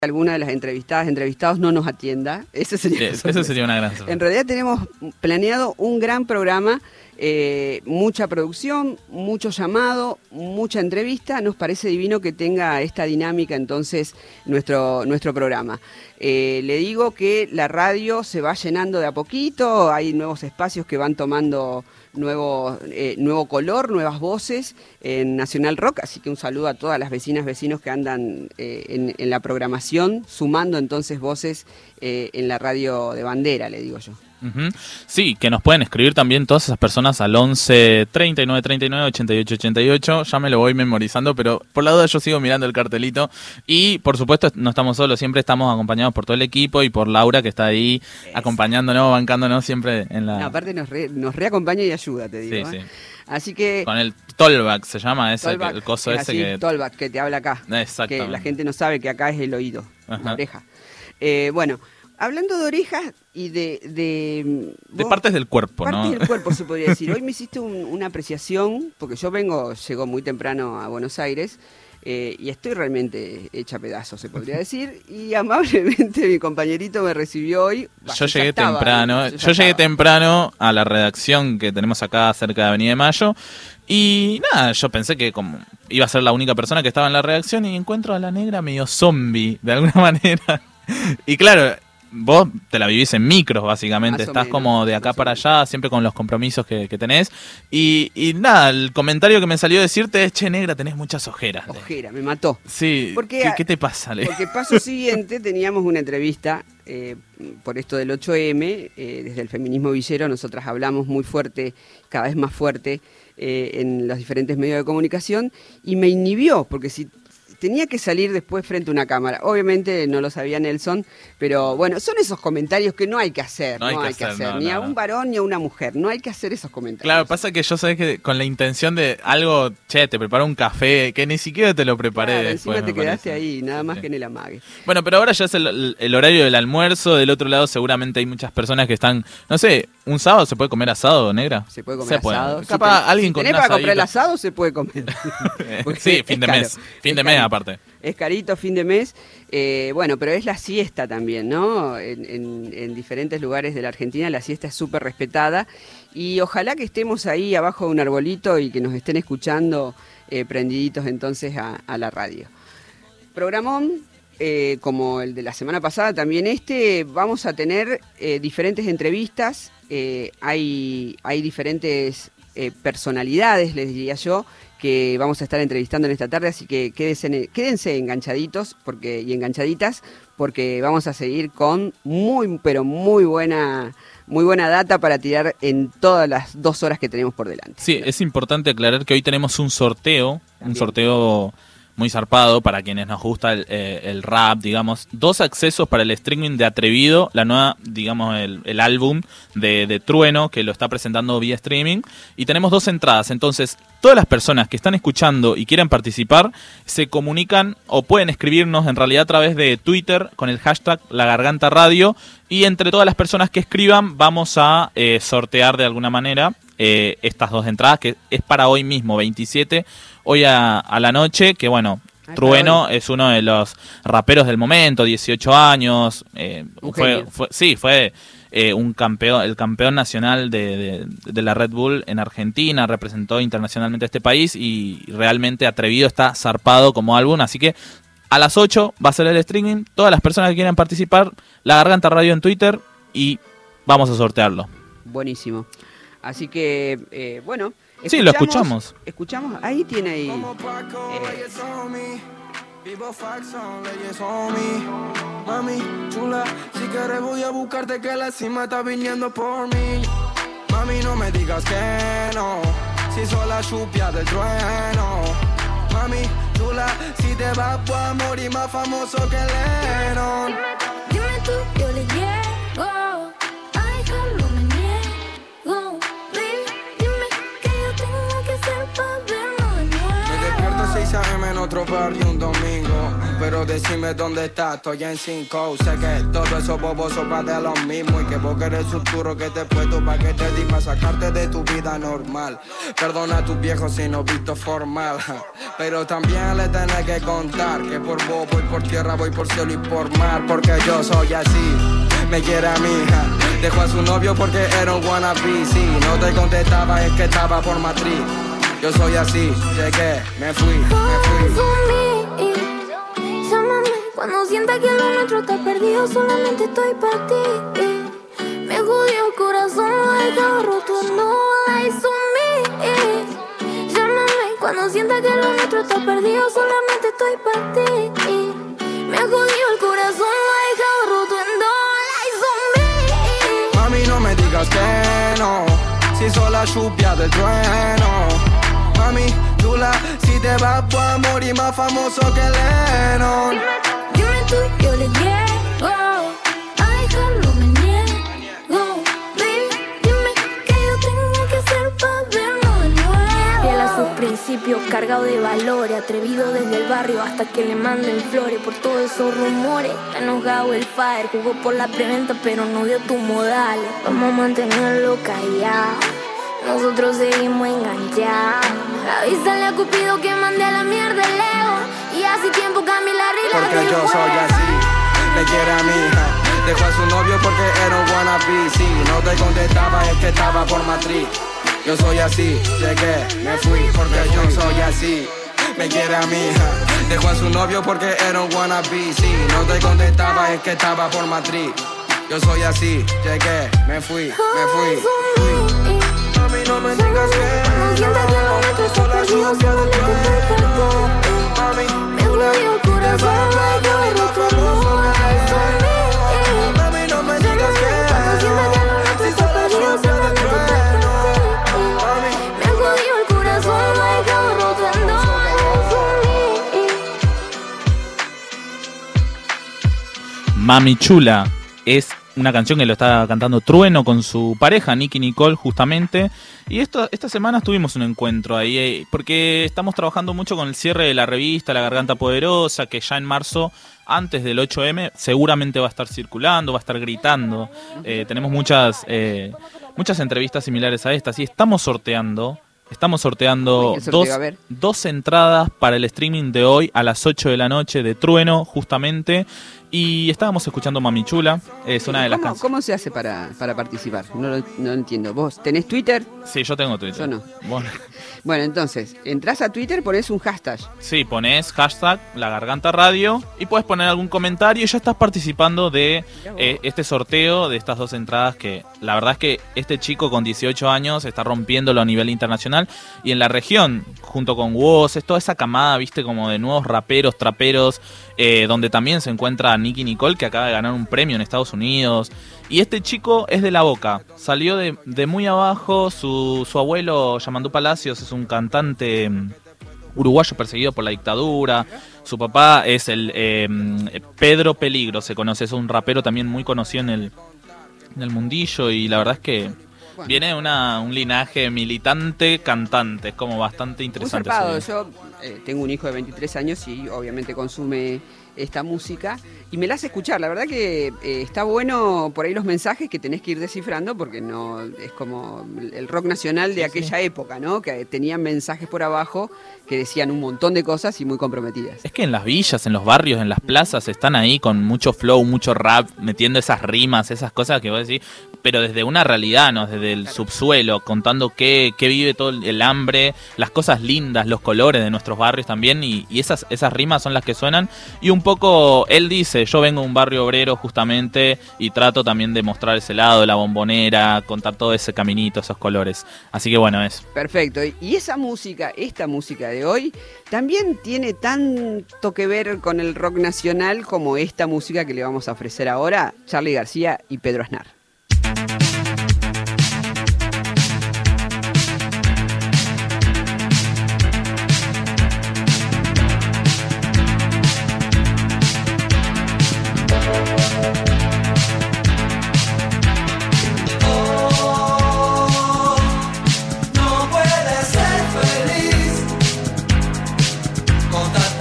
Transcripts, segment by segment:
alguna de las entrevistados no nos atienda. Ese sería una gran sorpresa. En realidad tenemos planeado un gran programa, mucha producción, mucho llamado, mucha entrevista. Nos parece divino que tenga esta dinámica entonces nuestro programa. Le digo que la radio se va llenando de a poquito, hay nuevos espacios que van tomando nuevo color, nuevas voces en Nacional Rock, así que un saludo a todas las vecinos que andan en la programación, sumando entonces voces en la radio de bandera, le digo yo. Uh-huh. Sí, que nos pueden escribir también todas esas personas al 11 39 39 88 88. Ya me lo voy memorizando, pero por la duda yo sigo mirando el cartelito. Y por supuesto no estamos solos, siempre estamos acompañados por todo el equipo y por Laura, que está ahí acompañándonos, bancándonos siempre en la... No, aparte nos reacompaña y ayuda, te digo. Sí, sí. Así que... Con el Tollback se llama ese, Tollback, el coso ese así, que... Tollback, que te habla acá. Exactamente. Que la gente no sabe que acá es el oído, la oreja. Bueno... Hablando de orejas y de partes del cuerpo, ¿no? Partes del cuerpo se podría decir. Hoy me hiciste una apreciación, porque llego muy temprano a Buenos Aires y estoy realmente hecha pedazos, se podría decir. Y amablemente mi compañerito me recibió hoy. Yo llegué temprano a la redacción que tenemos acá cerca de Avenida de Mayo. Y nada, yo pensé que como iba a ser la única persona que estaba en la redacción y encuentro a la negra medio zombie, de alguna manera. Y claro... Vos te la vivís en micros, básicamente. Estás como de acá para allá, siempre con los compromisos que tenés. Y nada, el comentario que me salió a decirte es: che, negra, tenés muchas ojeras. Ojera, me mató. Sí, ¿qué te pasa? Porque paso siguiente teníamos una entrevista por esto del 8M, desde el feminismo villero. Nosotras hablamos muy fuerte, cada vez más fuerte, en los diferentes medios de comunicación. Y me inhibió, porque si... tenía que salir después frente a una cámara. Obviamente no lo sabía Nelson, pero bueno, son esos comentarios que no hay que hacer. No hay que hacer, ni a un varón ni a una mujer. No hay que hacer esos comentarios. Claro, pasa que yo sabés que con la intención de algo, che, te preparo un café, que ni siquiera te lo preparé. Claro, después, encima te quedaste ahí, nada más que en el amague. Bueno, pero ahora ya es el horario del almuerzo. Del otro lado seguramente hay muchas personas que están, no sé, ¿un sábado se puede comer asado, negra? Se puede comer asado. Capaz alguien con un asadito. Para comprar el asado se puede comer. Sí, fin de mes. Fin de mes aparte. Es carito, fin de mes. Bueno, pero es la siesta también, ¿no? En diferentes lugares de la Argentina la siesta es súper respetada. Y ojalá que estemos ahí abajo de un arbolito y que nos estén escuchando prendiditos entonces a la radio. Programón, como el de la semana pasada, también vamos a tener diferentes entrevistas. Hay diferentes personalidades, les diría yo, que vamos a estar entrevistando en esta tarde, así que quédense enganchaditos y enganchaditas, porque vamos a seguir con muy buena data para tirar en todas las 2 horas que tenemos por delante. Sí, es importante aclarar que hoy tenemos un sorteo muy zarpado para quienes nos gusta el rap, digamos. 2 accesos para el streaming de Atrevido, la nueva, digamos, el álbum de Trueno, que lo está presentando vía streaming. Y tenemos 2 entradas, entonces todas las personas que están escuchando y quieran participar se comunican o pueden escribirnos en realidad a través de Twitter con el hashtag La Garganta Radio, y entre todas las personas que escriban vamos a sortear de alguna manera estas 2 entradas, que es para hoy mismo, 27, hoy a la noche, que bueno, Trueno es uno de los raperos del momento, 18 años, fue el campeón nacional de la Red Bull en Argentina, representó internacionalmente a este país y realmente Atrevido está zarpado como álbum, así que a las 8 va a ser el streaming, todas las personas que quieran participar, La Garganta Radio en Twitter y vamos a sortearlo. Buenísimo. Así que, bueno... Sí, lo escuchamos. Escuchamos, ahí tiene ahí... Mami, chula, si quieres voy a buscarte que la cima está viniendo por mí. Mami, no me digas que no, si soy la chupia del trueno. Mami, chula, si te vas a morir más famoso que Lennon. Dime tú, yo le llego. Ay, no me niego. Baby, dime que yo tengo que hacer para vernos de nuevo. Me despierto 6 AM, otro barrio un domingo, pero decime dónde estás, estoy en 5. Sé que todo eso boboso va de lo mismo y que vos querés un turro que te puesto pa' que te di pa' sacarte de tu vida normal. Perdona a tus viejos si no visto formal, pero también le tenés que contar que por vos voy por tierra, voy por cielo y por mar, porque yo soy así. Me quiere a mi hija, dejó a su novio porque era un wannabe. Si no te contestaba es que estaba por Madrid. Yo soy así, llegué, me fui. Llámame cuando sienta que lo nuestro está perdido, solamente estoy para ti. Me jodió el corazón, lo he dejado roto, no lies on me. Llámame cuando sienta que lo nuestro está perdido, solamente estoy para ti. Me jodió el corazón, lo he dejado roto, no lies on me. Mami, no me digas que no, si soy la lluvia del trueno. Mami, chula, si te vas voy a morir más famoso que Lennon. Dime tú, yo le llego a dejarlo, me niego. Baby, dime qué yo tengo que hacer para verlo de nuevo. Fiel a sus principios, cargado de valores, atrevido desde el barrio hasta que le manden flores por todos esos rumores. Enojado el fire, jugó por la preventa pero no dio tus modales. Vamos a mantenerlo callado, nosotros seguimos enganchados. Avísale a Cupido que mande a la mierda el ego. Y hace tiempo cambié la regla. Porque yo soy así, me quiere a mi hija, dejó a su novio porque era un wannabe. Si no te contestaba es que estaba por Madrid. Yo soy así, llegué, me fui, porque yo soy así. Me quiere a mi hija, dejó a su novio porque era un wannabe. Si no te contestaba es que estaba por Madrid. Yo soy así, llegué, me fui. Mami, no me digas que no sienta que lo nuestro está perdido, solamente estoy para ti. Mami, me jodió el corazón, lo he dejado roto, no lies on me. Mami, no me digas que no sienta que lo nuestro está perdido, solamente estoy para ti. Me jodió el corazón, lo he dejado roto, no lies on me. Mami Chula es una canción que lo está cantando Trueno con su pareja, Nicky Nicole, justamente. Y esta semana tuvimos un encuentro ahí, porque estamos trabajando mucho con el cierre de la revista La Garganta Poderosa, que ya en marzo, antes del 8M, seguramente va a estar circulando, va a estar gritando. Tenemos muchas entrevistas similares a estas y estamos sorteando dos entradas para el streaming de hoy a las 8 de la noche de Trueno, justamente. Y estábamos escuchando Mami Chula, es una de las canciones. ¿Cómo se hace para participar? No entiendo. ¿Vos tenés Twitter? Sí, yo tengo Twitter. Yo no. Bueno, entonces, entras a Twitter, ponés un hashtag. Sí, ponés hashtag La Garganta Radio y puedes poner algún comentario y ya estás participando de este sorteo de estas dos entradas, que la verdad es que este chico con 18 años está rompiéndolo a nivel internacional y en la región, junto con Woz, es toda esa camada, viste, como de nuevos raperos, traperos, donde también se encuentra Nicky Nicole, que acaba de ganar un premio en Estados Unidos. Y este chico es de La Boca, salió de muy abajo. Su abuelo, Yamandú Palacios, es un cantante uruguayo perseguido por la dictadura. Su papá es el Pedro Peligro, se conoce, es un rapero también muy conocido en el mundillo. Y la verdad es que viene de un linaje militante cantante, es como bastante interesante. Muy zarpado. Yo tengo un hijo de 23 años y obviamente consume esta música y me la hace escuchar. La verdad que está bueno por ahí los mensajes que tenés que ir descifrando, porque no es como el rock nacional de aquella época, ¿no? Que tenían mensajes por abajo que decían un montón de cosas y muy comprometidas. Es que en las villas, en los barrios, en las plazas están ahí con mucho flow, mucho rap, metiendo esas rimas, esas cosas que vos decís, pero desde una realidad, ¿no? Desde el subsuelo, contando qué vive todo el hambre, las cosas lindas, los colores de nuestros barrios también, y esas rimas son las que suenan. Y un poco, él dice, yo vengo de un barrio obrero justamente y trato también de mostrar ese lado, la bombonera, contar todo ese caminito, esos colores. Así que bueno, es perfecto. Y esta música de hoy también tiene tanto que ver con el rock nacional como esta música que le vamos a ofrecer ahora, Charly García y Pedro Aznar. No puedes ser feliz con tanta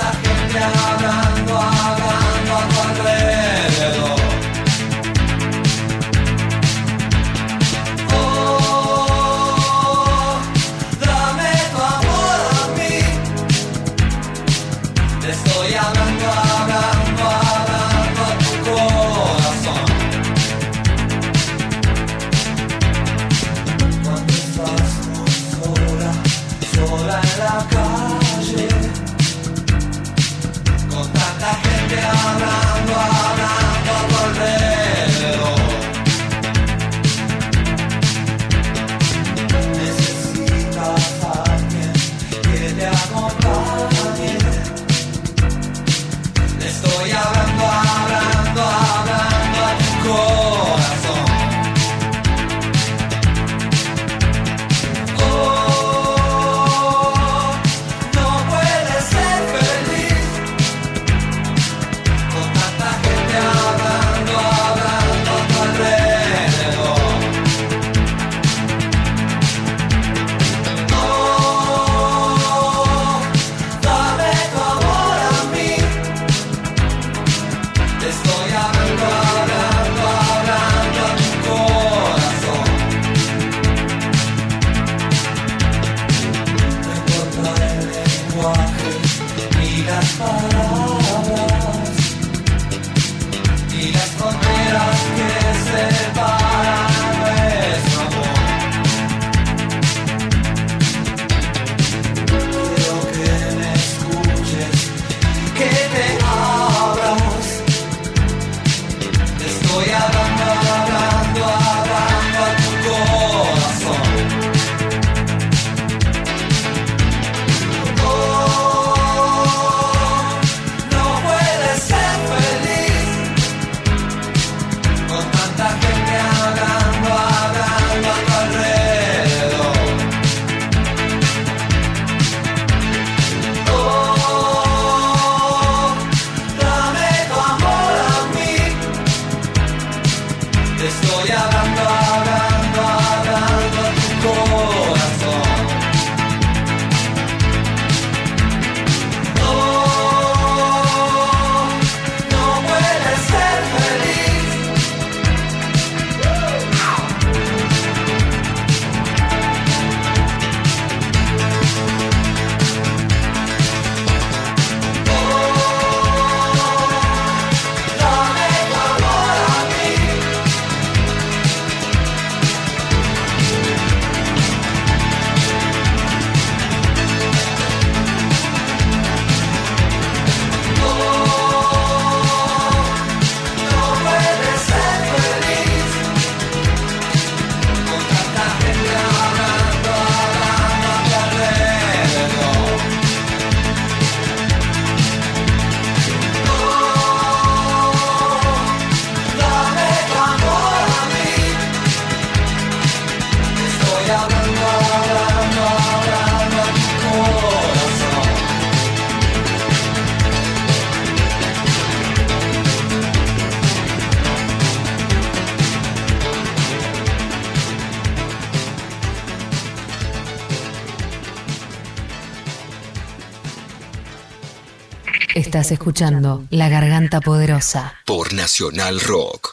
Estás escuchando La Garganta Poderosa por Nacional Rock.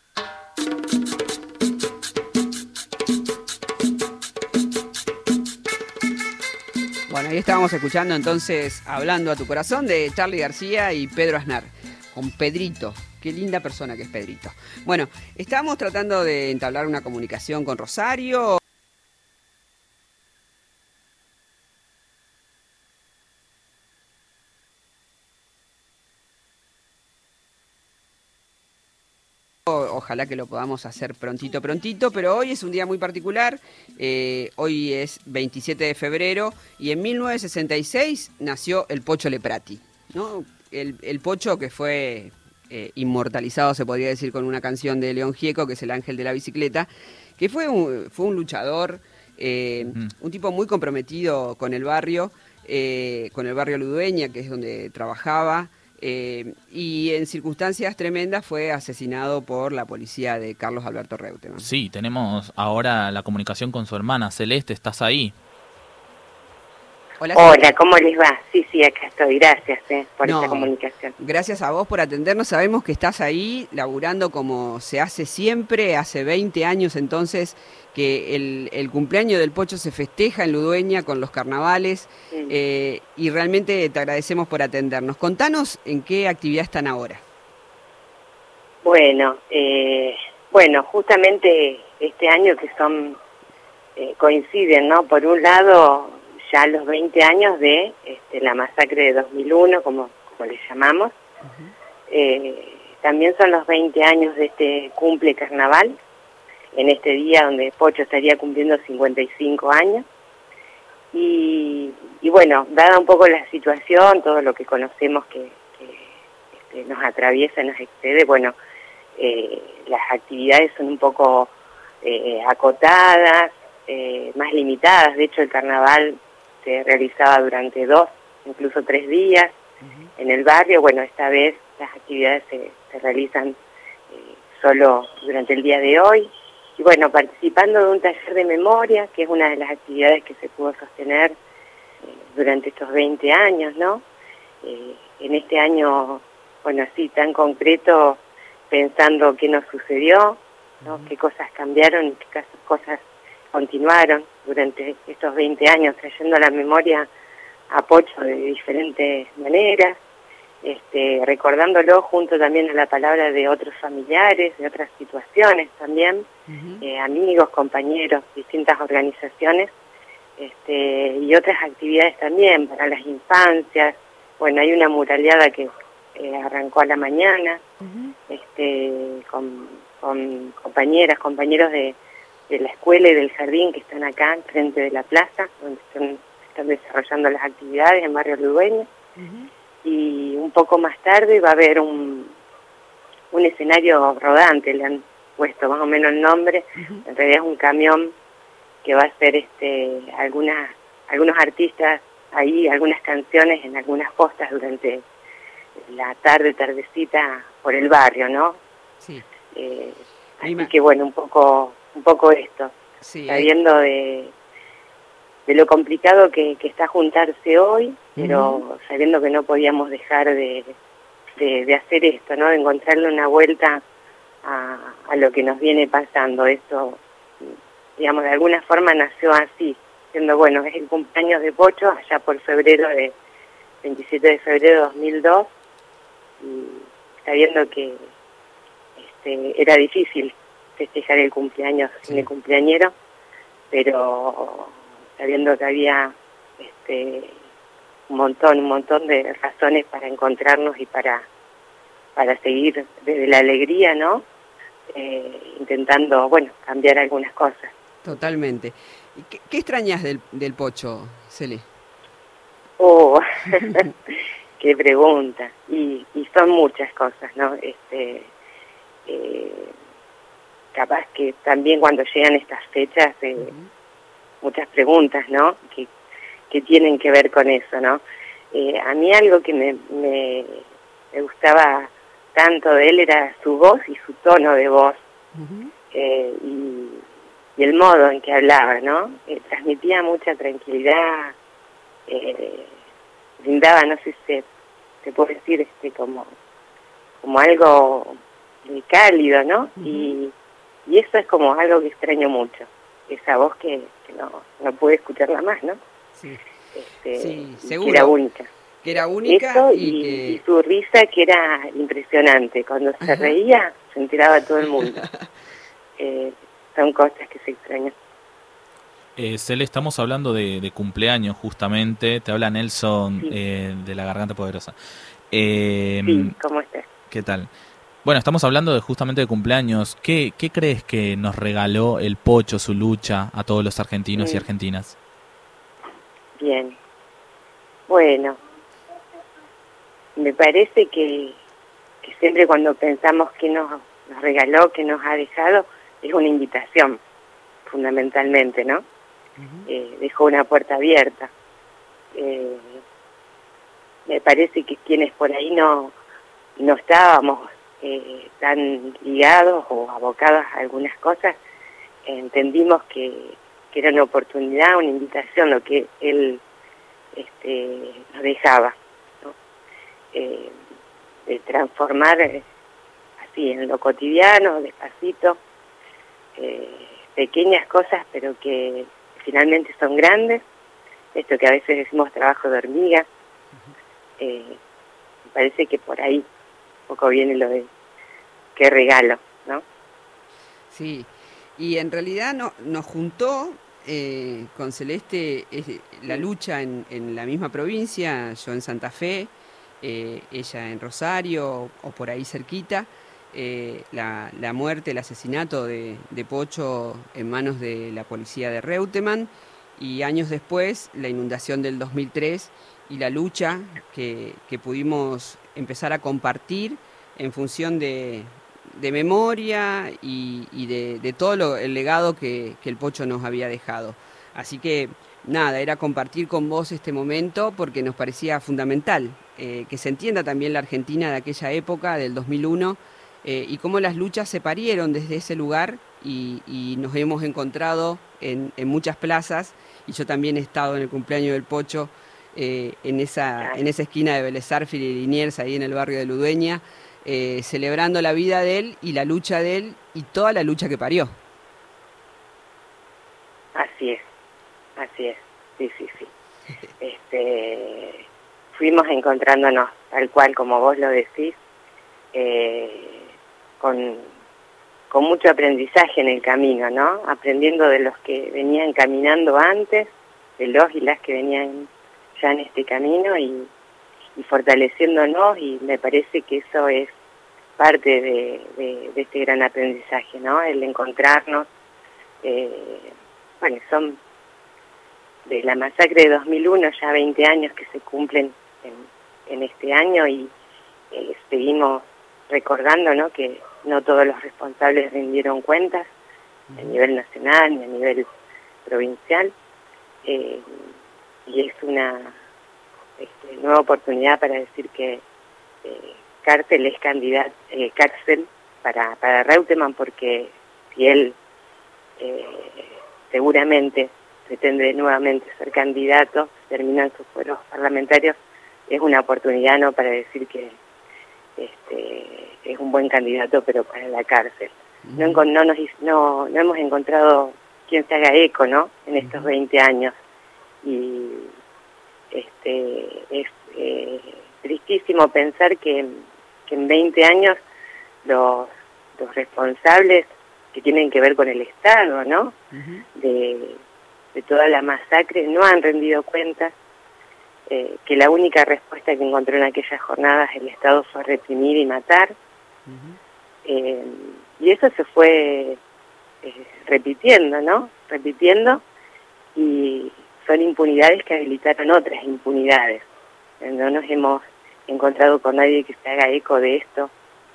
Bueno, ahí estábamos escuchando entonces Hablando a tu corazón de Charly García y Pedro Aznar, con Pedrito. Qué linda persona que es Pedrito. Bueno, estábamos tratando de entablar una comunicación con Rosario. Ojalá que lo podamos hacer prontito, pero hoy es un día muy particular. Hoy es 27 de febrero y en 1966 nació el Pocho Leprati, ¿no? El Pocho que fue inmortalizado, se podría decir, con una canción de León Gieco, que es El Ángel de la Bicicleta, que fue un luchador, un tipo muy comprometido con el barrio Ludueña, que es donde trabajaba. Y en circunstancias tremendas fue asesinado por la policía de Carlos Alberto Reutemann. Sí, tenemos ahora la comunicación con su hermana. Celeste, ¿estás ahí? Hola, ¿cómo les va? Sí, acá estoy. Gracias por esta comunicación. Gracias a vos por atendernos. Sabemos que estás ahí laburando como se hace siempre, hace 20 años entonces, que el cumpleaños del Pocho se festeja en Ludueña con los carnavales, y realmente te agradecemos por atendernos. Contanos en qué actividad están ahora. Bueno, justamente este año que son coinciden, ¿no? Por un lado, ya los 20 años de la masacre de 2001, como le llamamos. También son los 20 años de este cumple carnaval, en este día donde Pocho estaría cumpliendo 55 años. Y bueno, dada un poco la situación, todo lo que conocemos que nos atraviesa, nos excede, bueno, las actividades son un poco acotadas, más limitadas. De hecho, el carnaval se realizaba durante 2, incluso 3 días en el barrio. Bueno, esta vez las actividades se realizan solo durante el día de hoy. Y bueno, participando de un taller de memoria, que es una de las actividades que se pudo sostener durante estos 20 años, ¿no? En este año, bueno, así tan concreto, pensando qué nos sucedió, ¿no? Qué cosas cambiaron y qué cosas continuaron durante estos 20 años, trayendo a la memoria a Pocho de diferentes maneras, recordándolo junto también a la palabra de otros familiares, de otras situaciones también, amigos, compañeros, distintas organizaciones, y otras actividades también para las infancias. Bueno, hay una muraleada que arrancó a la mañana, con compañeros de la escuela y del jardín que están acá frente de la plaza, donde están desarrollando las actividades en Barrio Ludueña. Y un poco más tarde va a haber un escenario rodante, le han puesto más o menos el nombre. En realidad es un camión que va a hacer algunos artistas ahí, algunas canciones en algunas postas durante la tardecita por el barrio, ¿no? Sí. Así que bueno, un poco esto, sí, sabiendo de lo complicado que está juntarse hoy, pero sabiendo que no podíamos dejar de hacer esto, ¿no? De encontrarle una vuelta a lo que nos viene pasando. Esto, digamos, de alguna forma nació así, siendo, bueno, es el cumpleaños de Pocho, allá por 27 de febrero de 2002, y sabiendo que era difícil festejar el cumpleaños sin el cumpleañero, pero sabiendo que había un montón de razones para encontrarnos y para seguir desde la alegría, ¿no? Intentando, bueno, cambiar algunas cosas. Totalmente. ¿Qué extrañas del Pocho, Cele? Oh, qué pregunta. Y son muchas cosas, ¿no? Capaz que también cuando llegan estas fechas, muchas preguntas, ¿no? Que tienen que ver con eso, ¿no? A mí algo que me gustaba tanto de él era su voz y su tono de voz, y el modo en que hablaba, ¿no? Transmitía mucha tranquilidad, brindaba, no sé si te puedo decir, como algo cálido, ¿no? Y eso es como algo que extraño mucho, esa voz que no pude escucharla más, ¿no? Sí, sí, seguro. Que era única. Que era única eso, y su risa que era impresionante. Cuando se reía, se enteraba todo el mundo. Son cosas que se extrañan. Cele, estamos hablando de cumpleaños justamente. Te habla Nelson, Sí. De La Garganta Poderosa. Sí, ¿cómo estás? ¿Qué tal? Bueno, estamos hablando justamente de cumpleaños. ¿Qué crees que nos regaló el Pocho, su lucha, a todos los argentinos y argentinas? Bien. Bueno, me parece que siempre cuando pensamos que nos regaló, que nos ha dejado, es una invitación, fundamentalmente, ¿no? Dejó una puerta abierta. Me parece que quienes por ahí no estábamos tan ligados o abocados a algunas cosas, entendimos que era una oportunidad, una invitación, lo que él nos dejaba, ¿no? De transformar así en lo cotidiano, despacito, pequeñas cosas, pero que finalmente son grandes. Esto que a veces decimos trabajo de hormiga, me parece que por ahí un poco viene lo de qué regalo, ¿no? Sí, y en realidad nos juntó con Celeste la lucha en la misma provincia, yo en Santa Fe, ella en Rosario o por ahí cerquita, la muerte, el asesinato de Pocho en manos de la policía de Reutemann, y años después la inundación del 2003 y la lucha que pudimos empezar a compartir en función de memoria y de todo el legado que el Pocho nos había dejado. Así que nada, era compartir con vos este momento porque nos parecía fundamental que se entienda también la Argentina de aquella época, del 2001, y cómo las luchas se parieron desde ese lugar y nos hemos encontrado en muchas plazas, y yo también he estado en el cumpleaños del Pocho en esa esquina de Vélez Sarsfield y Liniers, ahí en el barrio de Ludueña, celebrando la vida de él y la lucha de él y toda la lucha que parió. Así es, sí. Fuimos encontrándonos tal cual como vos lo decís, con mucho aprendizaje en el camino, ¿no? Aprendiendo de los que venían caminando antes, de los y las que venían ya en este camino y fortaleciéndonos, y me parece que eso es parte de este gran aprendizaje, ¿no? El encontrarnos, bueno, son de la masacre de 2001 ya 20 años que se cumplen en este año, y seguimos recordando, ¿no?, que no todos los responsables rindieron cuentas a nivel nacional ni a nivel provincial, y es una nueva oportunidad para decir que cárcel es cárcel para Reutemann, porque si él seguramente pretende nuevamente ser candidato, terminan sus fueros parlamentarios, es una oportunidad, ¿no?, para decir que es un buen candidato, pero para la cárcel. No hemos encontrado quien se haga eco, ¿no?, en estos 20 años, y es tristísimo pensar que en 20 años los responsables que tienen que ver con el Estado, ¿no?, de toda la masacre, no han rendido cuentas, que la única respuesta que encontró en aquellas jornadas el Estado fue reprimir y matar, y eso se fue repitiendo, ¿no?, y son impunidades que habilitaron otras impunidades. No nos hemos encontrado con nadie que se haga eco de esto,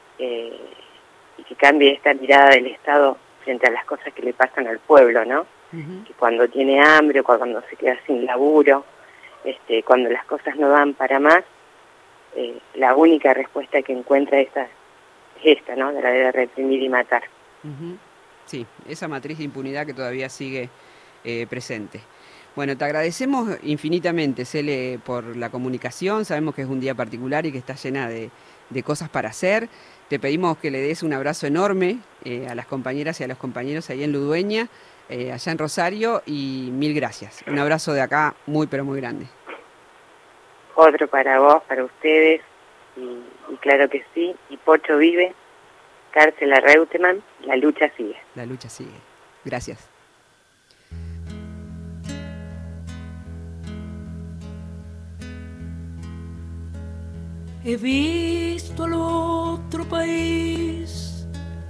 y que cambie esta mirada del Estado frente a las cosas que le pasan al pueblo, ¿no? Que cuando tiene hambre o cuando se queda sin laburo, cuando las cosas no dan para más, la única respuesta que encuentra es esta, ¿no?, de la de reprimir y matar. Sí, esa matriz de impunidad que todavía sigue presente. Bueno, te agradecemos infinitamente, Cele, por la comunicación. Sabemos que es un día particular y que está llena de cosas para hacer. Te pedimos que le des un abrazo enorme a las compañeras y a los compañeros ahí en Ludueña, allá en Rosario, y mil gracias. Un abrazo de acá muy, pero muy grande. Otro para vos, para ustedes, y claro que sí. Y Pocho vive, cárcel a Reutemann, la lucha sigue. La lucha sigue. Gracias. He visto al otro país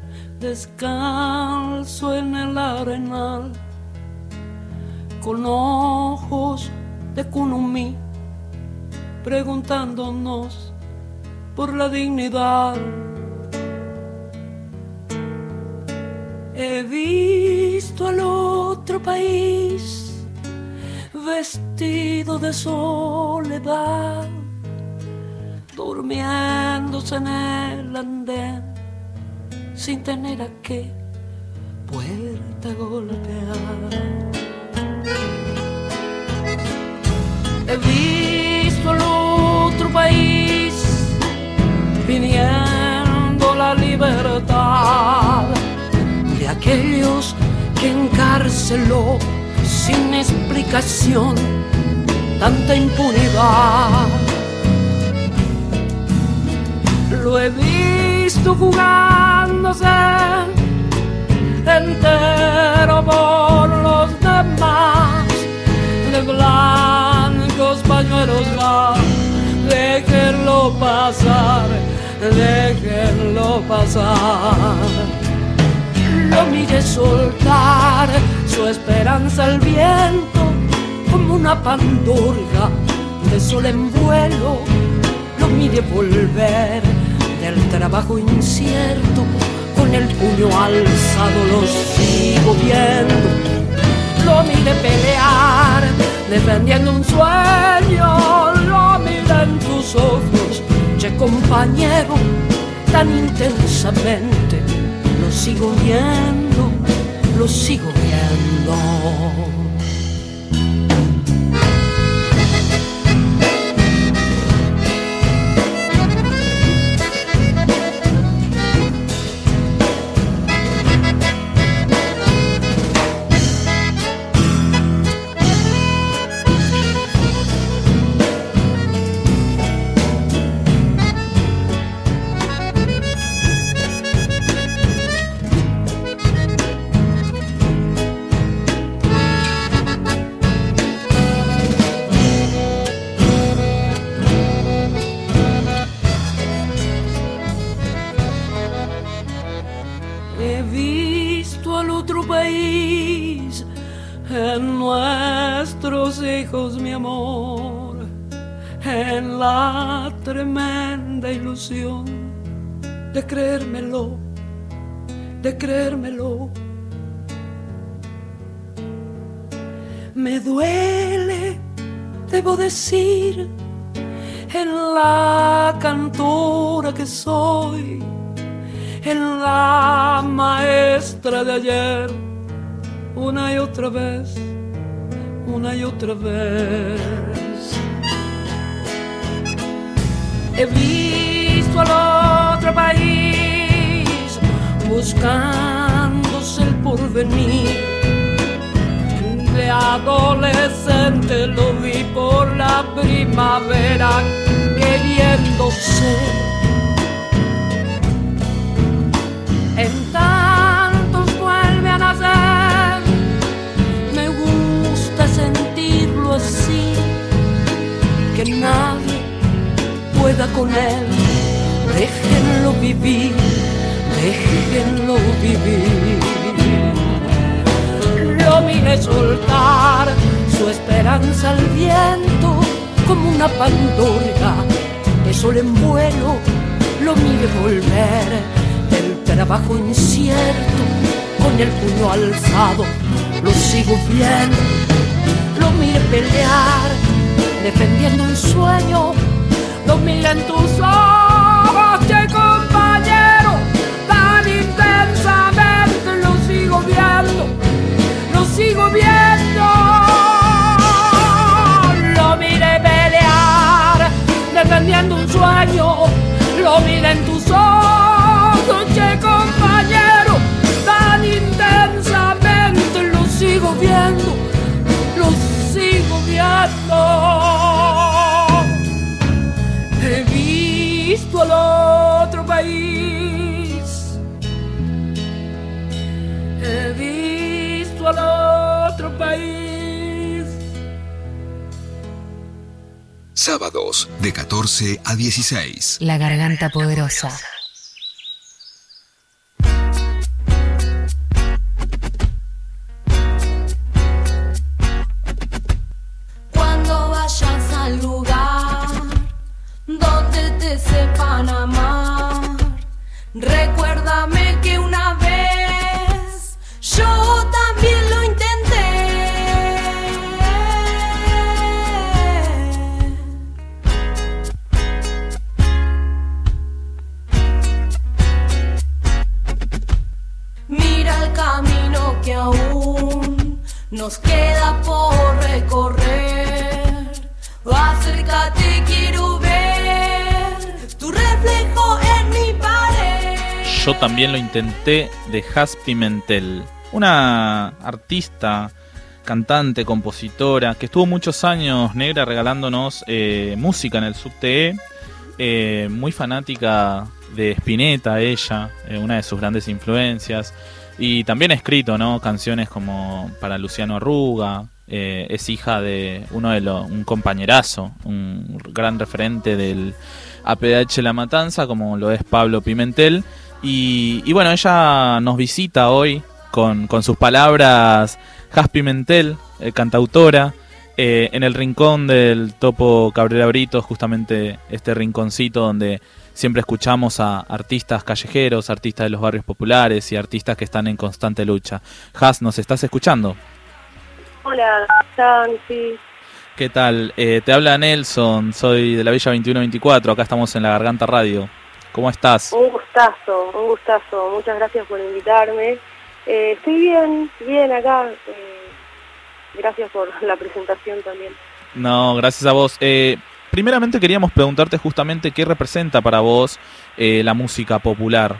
descalzo en el arenal, con ojos de Kunumi, preguntándonos por la dignidad. He visto al otro país vestido de soledad, durmiéndose en el andén, sin tener a qué puerta golpear. He visto al otro país pidiendo la libertad de aquellos que encarceló sin explicación tanta impunidad. Lo he visto jugándose entero por los demás, de blancos pañuelos va, déjenlo pasar, déjenlo pasar. Lo miré soltar su esperanza al viento como una pandorga de sol en vuelo. Lo miré volver del trabajo incierto, con el puño alzado lo sigo viendo. Lo miré pelear, defendiendo un sueño. Lo miré en tus ojos, che compañero, tan intensamente. Lo sigo viendo, lo sigo viendo. He visto al otro país en nuestros hijos, mi amor, en la tremenda ilusión de creérmelo, de creérmelo. Me duele, debo decir, en la cantora que soy, en la maestra de ayer, una y otra vez, una y otra vez. He visto al otro país buscándose el porvenir. De adolescente lo vi por la primavera queriéndose. En tantos vuelve a nacer, me gusta sentirlo así, que nadie pueda con él. Déjenlo vivir, déjenlo vivir. Lo miré soltar su esperanza al viento como una pandorga de sol en vuelo. Lo miré volver del trabajo incierto, con el puño alzado, lo sigo viendo. Lo miré pelear, defendiendo un sueño. Lo miré en tus ojos, che compañero, tan intensamente. Lo sigo viendo, lo sigo viendo. visto al otro país. He visto al otro país. Sábados de 14 a 16. La garganta poderosa. Cuando vayas al lugar donde te sepan amar, recuérdame que una vez yo también lo intenté. Mira el camino que aún nos queda por recorrer. Acércate, quiero ver tu reflejo en mi pared. Yo también lo intenté, de Has Pimentel, una artista, cantante, compositora, que estuvo muchos años, negra, regalándonos música en el Subte. Muy fanática de Spinetta, ella, una de sus grandes influencias. Y también ha escrito, ¿no?, canciones como para Luciano Arruga. Es hija de un compañerazo, un gran referente del APH La Matanza, como lo es Pablo Pimentel. Y bueno, ella nos visita hoy con sus palabras. Has Pimentel, cantautora, en el rincón del Topo Cabrera Brito, justamente este rinconcito donde siempre escuchamos a artistas callejeros, artistas de los barrios populares y artistas que están en constante lucha. Has, ¿nos estás escuchando? Hola, ¿están? Sí. ¿Qué tal? Te habla Nelson, soy de la Villa 2124, acá estamos en La Garganta Radio. ¿Cómo estás? Un gustazo. Muchas gracias por invitarme. Estoy bien acá. Gracias por la presentación también. No, gracias a vos. Primeramente queríamos preguntarte justamente qué representa para vos la música popular.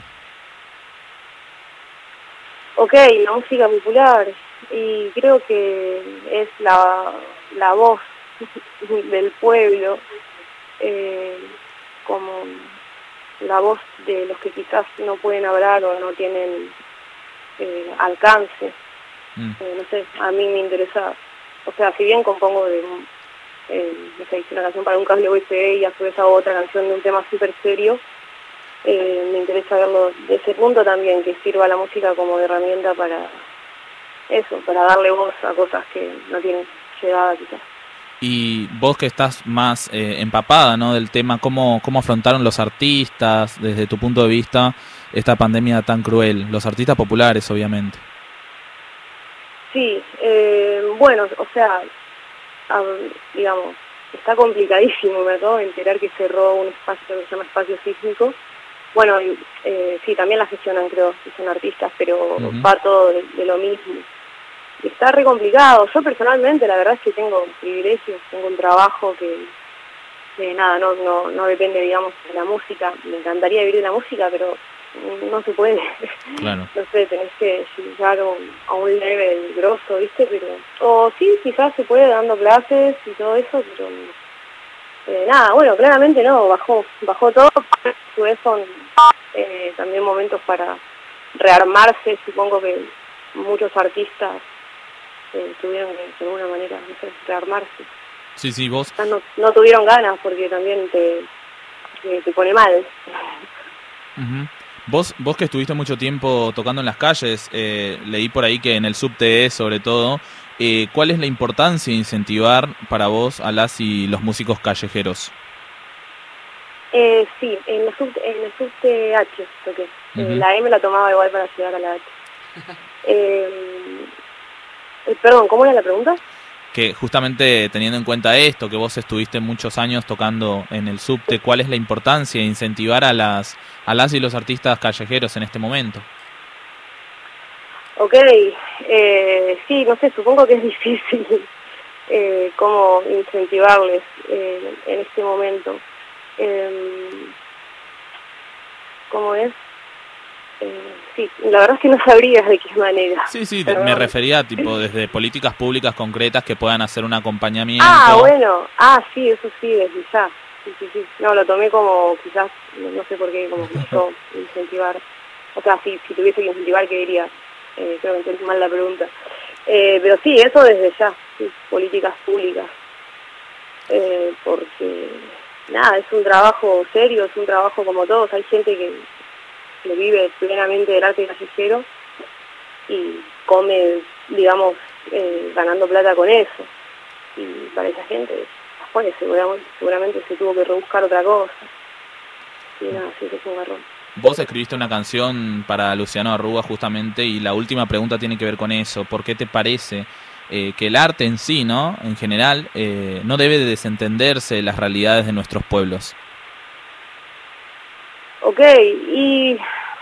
Ok, la música popular. Y creo que es la voz del pueblo, como la voz de los que quizás no pueden hablar o no tienen alcance. No sé, a mí me interesa, o sea, si bien compongo de no sé, hice una canción para un cable USB y a su vez hago otra canción de un tema súper serio, me interesa verlo de ese punto también, que sirva la música como de herramienta para eso, para darle voz a cosas que no tienen llegada quizás. Y vos que estás más empapada, ¿no?, del tema, ¿cómo afrontaron los artistas, desde tu punto de vista, esta pandemia tan cruel? Los artistas populares, obviamente. Sí, bueno, o sea, digamos, está complicadísimo. Me acabo de enterar que cerró un espacio que se llama Espacio Sísmico. Bueno, sí, también la gestionan, creo, que son artistas, pero va todo de lo mismo. Y está re complicado. Yo personalmente, la verdad es que tengo privilegios, tengo un trabajo que nada, no depende, digamos, de la música. Me encantaría vivir de la música, pero no se puede. Claro. No sé, tenés que llegar a un level grosso, ¿viste? Pero, o sí, quizás se puede dando clases y todo eso, pero nada, bueno, claramente no, bajó todo. A su vez son también momentos para rearmarse. Supongo que muchos artistas tuvieron que, de alguna manera, no sé, rearmarse. Sí, vos. No tuvieron ganas porque también te pone mal. Vos que estuviste mucho tiempo tocando en las calles, leí por ahí que en el Subte sobre todo, ¿cuál es la importancia de incentivar para vos a las y los músicos callejeros? Sí, en el Subte H toqué. La M la tomaba igual para llegar a la H. Perdón, ¿cómo era la pregunta? Que justamente teniendo en cuenta esto, que vos estuviste muchos años tocando en el Subte, ¿cuál es la importancia de incentivar a las y los artistas callejeros en este momento? Ok, sí, no sé, supongo que es difícil cómo incentivarles en este momento. ¿Cómo es? Sí, la verdad es que no sabría de qué manera. Sí, me refería tipo desde políticas públicas concretas que puedan hacer un acompañamiento. Bueno, sí, eso sí, desde ya. Sí. No, lo tomé como quizás, no sé por qué, como que yo incentivar. O sea, si tuviese que incentivar, ¿qué diría? Creo que entendí mal la pregunta. Pero sí, eso desde ya, sí, políticas públicas. Porque, nada, es un trabajo serio, es un trabajo como todos. Hay gente que vive plenamente del arte callejero y come, digamos, ganando plata con eso. Y para esa gente, después seguramente se tuvo que rebuscar otra cosa. Y nada, sí, que es un garrón. Vos escribiste una canción para Luciano Arruga justamente, y la última pregunta tiene que ver con eso. ¿Por qué te parece que el arte en sí, ¿no? En general, no debe de desentenderse de las realidades de nuestros pueblos? Ok, y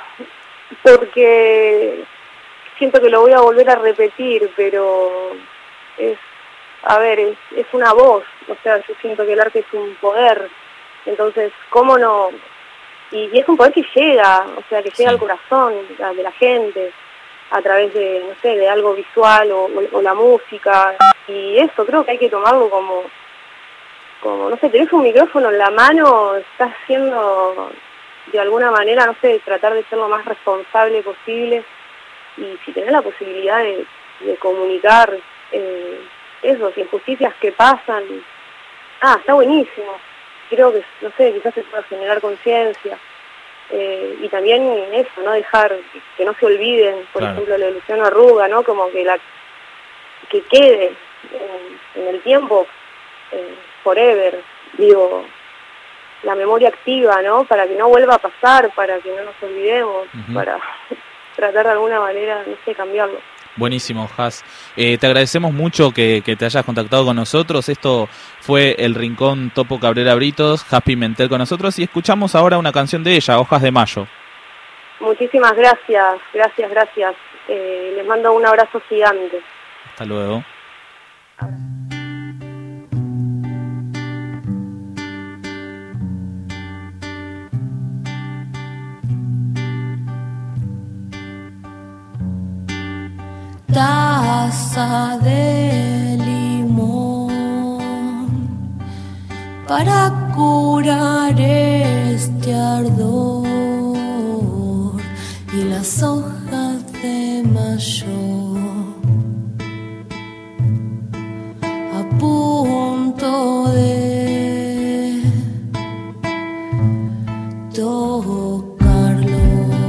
porque siento que lo voy a volver a repetir, pero es una voz. O sea, yo siento que el arte es un poder. Entonces, ¿cómo no? Y es un poder que llega, o sea, que llega al corazón de la gente a través de, no sé, de algo visual o la música. Y eso creo que hay que tomarlo como, no sé, tenés un micrófono en la mano, estás haciendo de alguna manera, no sé, tratar de ser lo más responsable posible. Y si tenés la posibilidad de comunicar esas injusticias que pasan, está buenísimo. Creo que, no sé, quizás se pueda generar conciencia. Y también eso, no dejar que no se olviden, por ejemplo, lo de Luciano Arruga, ¿no? Como que que quede en el tiempo, forever, digo, la memoria activa, ¿no? Para que no vuelva a pasar, para que no nos olvidemos, para tratar de alguna manera, no sé, cambiarlo. Buenísimo, Has. Te agradecemos mucho que te hayas contactado con nosotros. Esto fue El Rincón Topo Cabrera Britos, Has Pimentel con nosotros, y escuchamos ahora una canción de ella, Hojas de Mayo. Muchísimas gracias. Les mando un abrazo gigante. Hasta luego. Taza de limón para curar este ardor y las hojas de mayo a punto de tocarlo.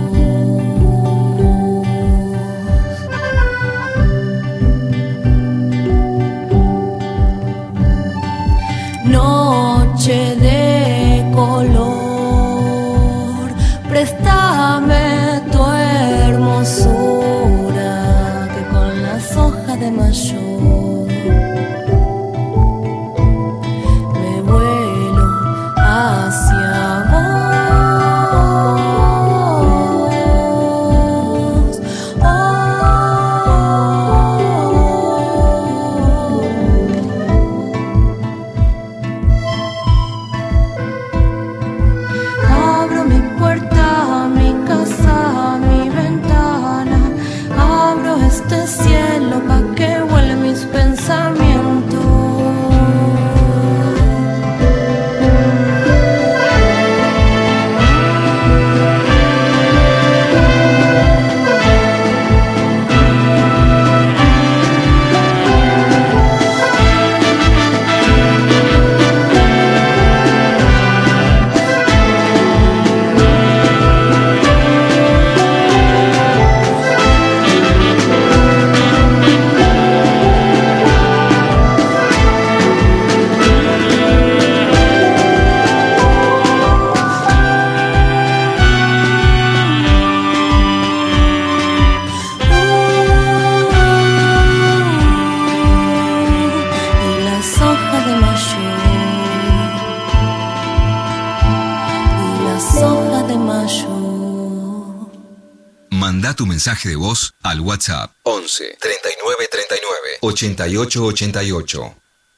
Noche de color, préstame tu hermosura, que con las hojas de mayo me vuelo hacia vos. Abro mi puerta, mi casa, mi ventana, abro este cielo pa' que vuele mis pensamientos. Y las hojas de mayo, y las hojas de mayo. Manda tu mensaje de voz al WhatsApp 11 39 39 88 88.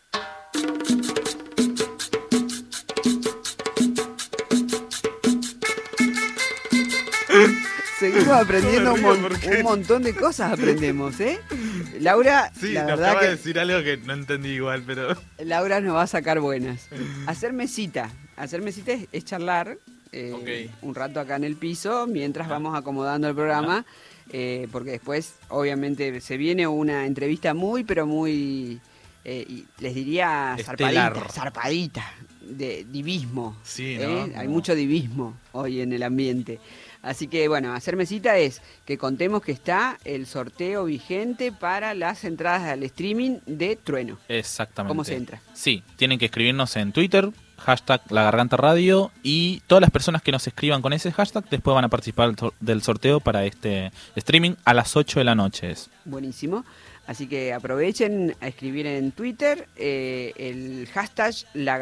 Seguimos aprendiendo un montón de cosas, aprendemos, ¿eh? Laura, Sí, la nos verdad acaba que de decir algo que no entendí igual, pero... Laura nos va a sacar buenas. Hacer mesita. Hacer mesita es charlar un rato acá en el piso mientras vamos acomodando el programa, porque después obviamente se viene una entrevista muy, pero muy, les diría zarpadita, de divismo. Sí, ¿no? Hay mucho divismo hoy en el ambiente. Así que bueno, hacer mesita es que contemos que está el sorteo vigente para las entradas al streaming de Trueno. Exactamente. ¿Cómo se entra? Sí, tienen que escribirnos en Twitter, #lagargantaradio, y todas las personas que nos escriban con ese hashtag después van a participar del sorteo para este streaming a las 8 de la noche. Buenísimo. Así que aprovechen a escribir en Twitter el hashtag La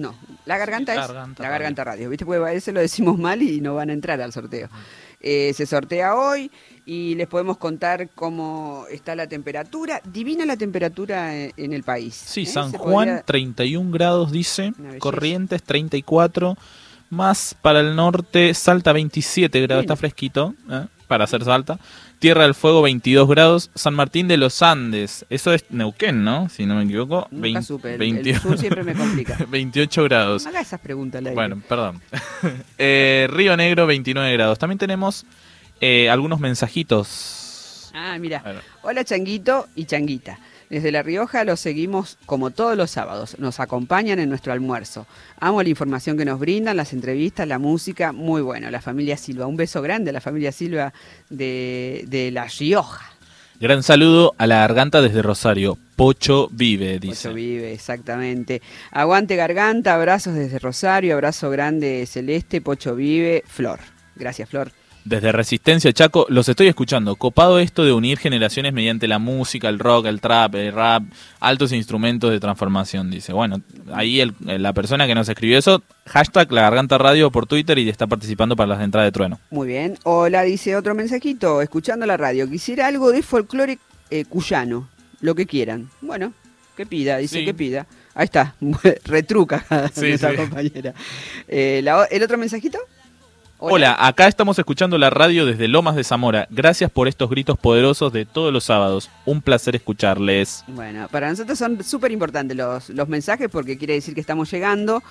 Garganta Radio. ¿Viste? Porque a veces lo decimos mal y no van a entrar al sorteo. Se sortea hoy y les podemos contar cómo está la temperatura. Divina la temperatura en el país. Sí, San Juan 31 grados dice, Corrientes 34, más para el norte Salta 27 grados, está fresquito para hacer Salta. Tierra del Fuego 22 grados, San Martín de los Andes, eso es Neuquén, ¿no? Si no me equivoco. Nunca supe, el sur siempre me complica. 28 grados. No haga esas preguntas, Laila. Bueno, perdón. Río Negro 29 grados. También tenemos algunos mensajitos. Ah, mira. Hola Changuito y Changuita. Desde La Rioja los seguimos como todos los sábados. Nos acompañan en nuestro almuerzo. Amo la información que nos brindan, las entrevistas, la música. Muy bueno. La familia Silva. Un beso grande a la familia Silva de La Rioja. Gran saludo a la Garganta desde Rosario. Pocho vive, dice. Pocho vive, exactamente. Aguante Garganta, abrazos desde Rosario. Abrazo grande Celeste, Pocho vive. Flor. Gracias, Flor. Desde Resistencia Chaco, los estoy escuchando. Copado esto de unir generaciones mediante la música, el rock, el trap, el rap, altos instrumentos de transformación, dice. Bueno, ahí la persona que nos escribió eso, #lagargantaradio por Twitter y está participando para las entradas de Trueno. Muy bien. Hola, dice otro mensajito, escuchando la radio. Quisiera algo de folclore cuyano, lo que quieran. Bueno, que pida, dice sí. Que pida. Ahí está, retruca nuestra compañera. ¿El otro mensajito? Hola, acá estamos escuchando la radio desde Lomas de Zamora. Gracias por estos gritos poderosos de todos los sábados. Un placer escucharles. Bueno, para nosotros son súper importantes los mensajes porque quiere decir que estamos llegando.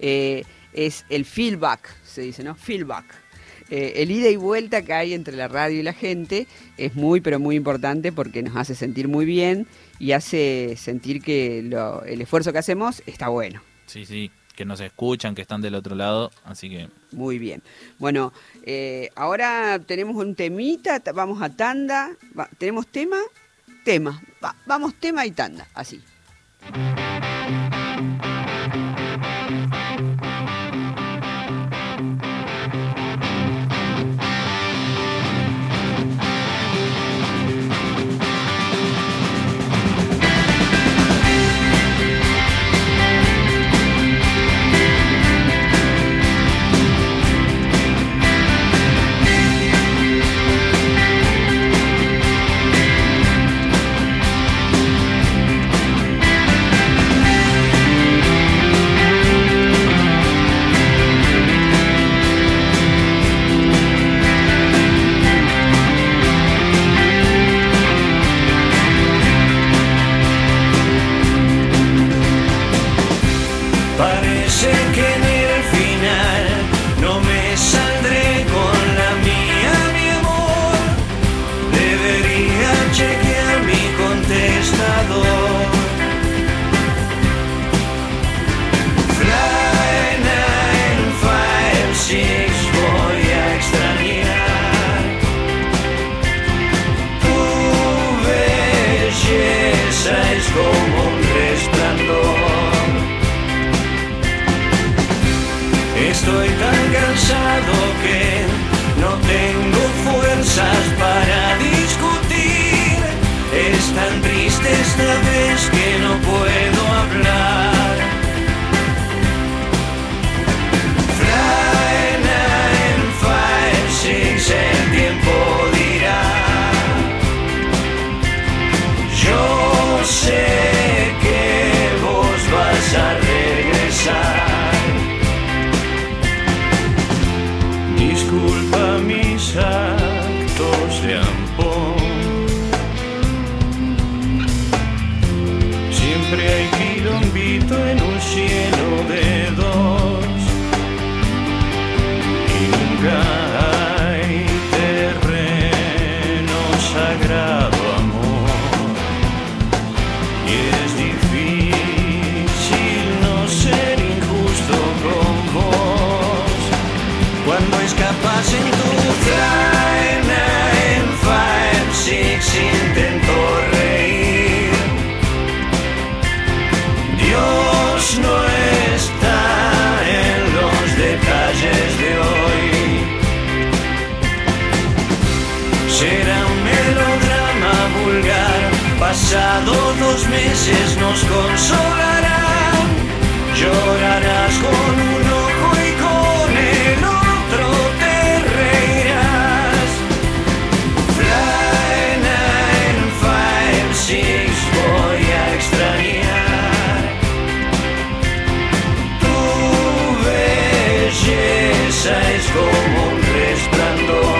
Es el feedback, se dice, ¿no? Feedback. El ida y vuelta que hay entre la radio y la gente es muy, pero muy importante porque nos hace sentir muy bien y hace sentir que el esfuerzo que hacemos está bueno. Sí, sí. Que nos escuchan, que están del otro lado, así que... Muy bien. Bueno, ahora tenemos un temita, vamos a tanda. ¿Tenemos tema? Vamos tema y tanda, así. Estoy tan cansado que no tengo fuerzas para discutir. Es tan triste esta vez que no puedo hablar. Fly 956, el tiempo dirá. Yo sé que vos vas a regresar. Disculpa mis actos de ampón. Siempre hay quilombito en un cielo de dos. sagrado amor. Y es difícil no ser injusto con vos cuando escapas en tu Fly 956 intento reír. Dios no está en los detalles de hoy. Será un melodrama vulgar. Pasados 2 meses nos consolarán. Llorarás con un ojo y con el otro te reirás. Fly 956 voy a extrañar tu belleza, es como un resplandor.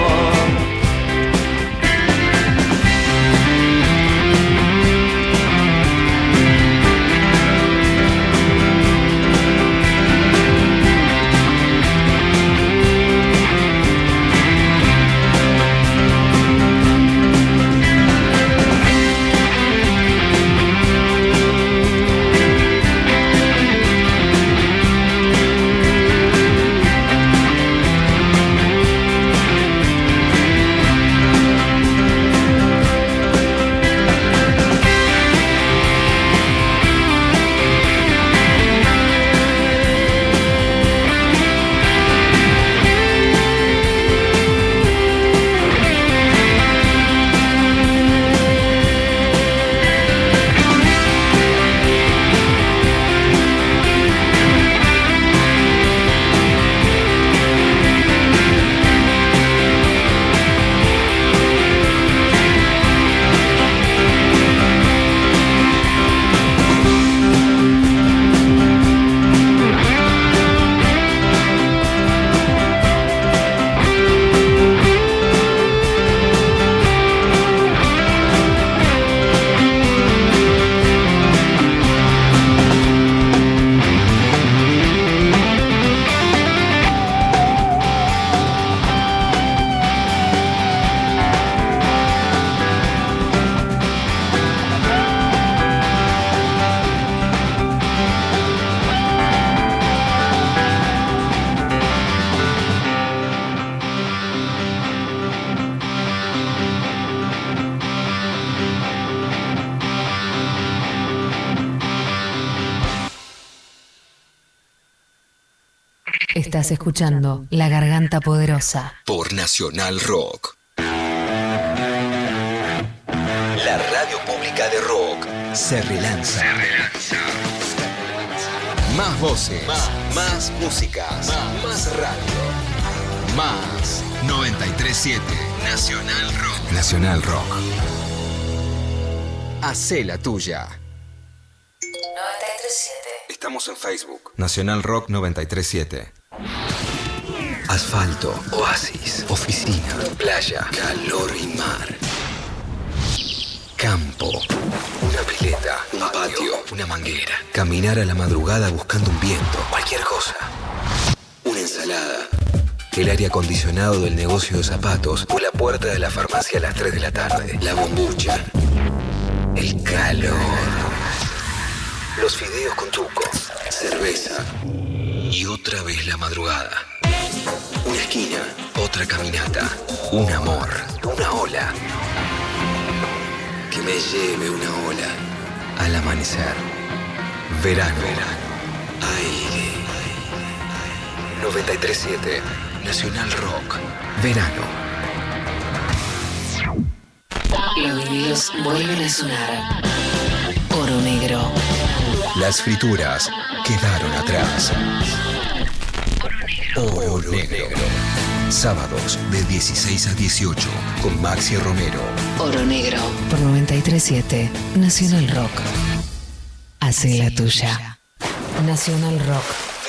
Estás escuchando La Garganta Poderosa por Nacional Rock. La radio pública de rock se relanza. Más voces, más músicas, más radio. Más 93.7 Nacional Rock. Nacional Rock. Hacé la tuya. 93.7. Estamos en Facebook. Nacional Rock 93.7. Asfalto, oasis, oficina, playa, calor y mar. Campo, una pileta, un patio, una manguera. Caminar a la madrugada buscando un viento, cualquier cosa. Una ensalada. El aire acondicionado del negocio de zapatos o la puerta de la farmacia a las 3 de la tarde. La bombucha. El calor. Los fideos con tuco. Cerveza. Y otra vez la madrugada. Una esquina, otra caminata. Un amor, una ola. Que me lleve una ola al amanecer. Verano. Aire. 93.7 Nacional Rock. Verano. Los vinilos vuelven a sonar. Oro negro. Las frituras quedaron atrás. Oro negro. Sábados de 16 a 18 con Maxi Romero. Oro negro. Por 93.7 Nacional Rock. Hace la tuya. Nacional Rock.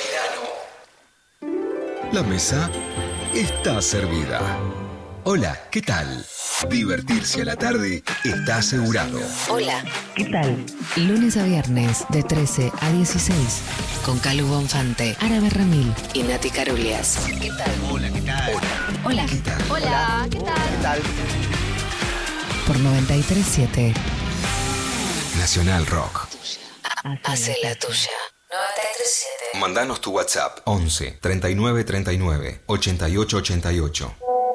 La mesa está servida. Hola, ¿qué tal? Divertirse a la tarde está asegurado. Hola, ¿qué tal? Lunes a viernes de 13 a 16 con Calu Bonfante, Árabe Ramil y Nati Carulias. ¿Qué tal? Hola, ¿qué tal? Hola. ¿Qué tal? Hola, ¿qué tal? ¿Qué tal? por 93.7. Nacional Rock. Hace la tuya. 93.7. Mandanos tu WhatsApp 11 39 39 88 88.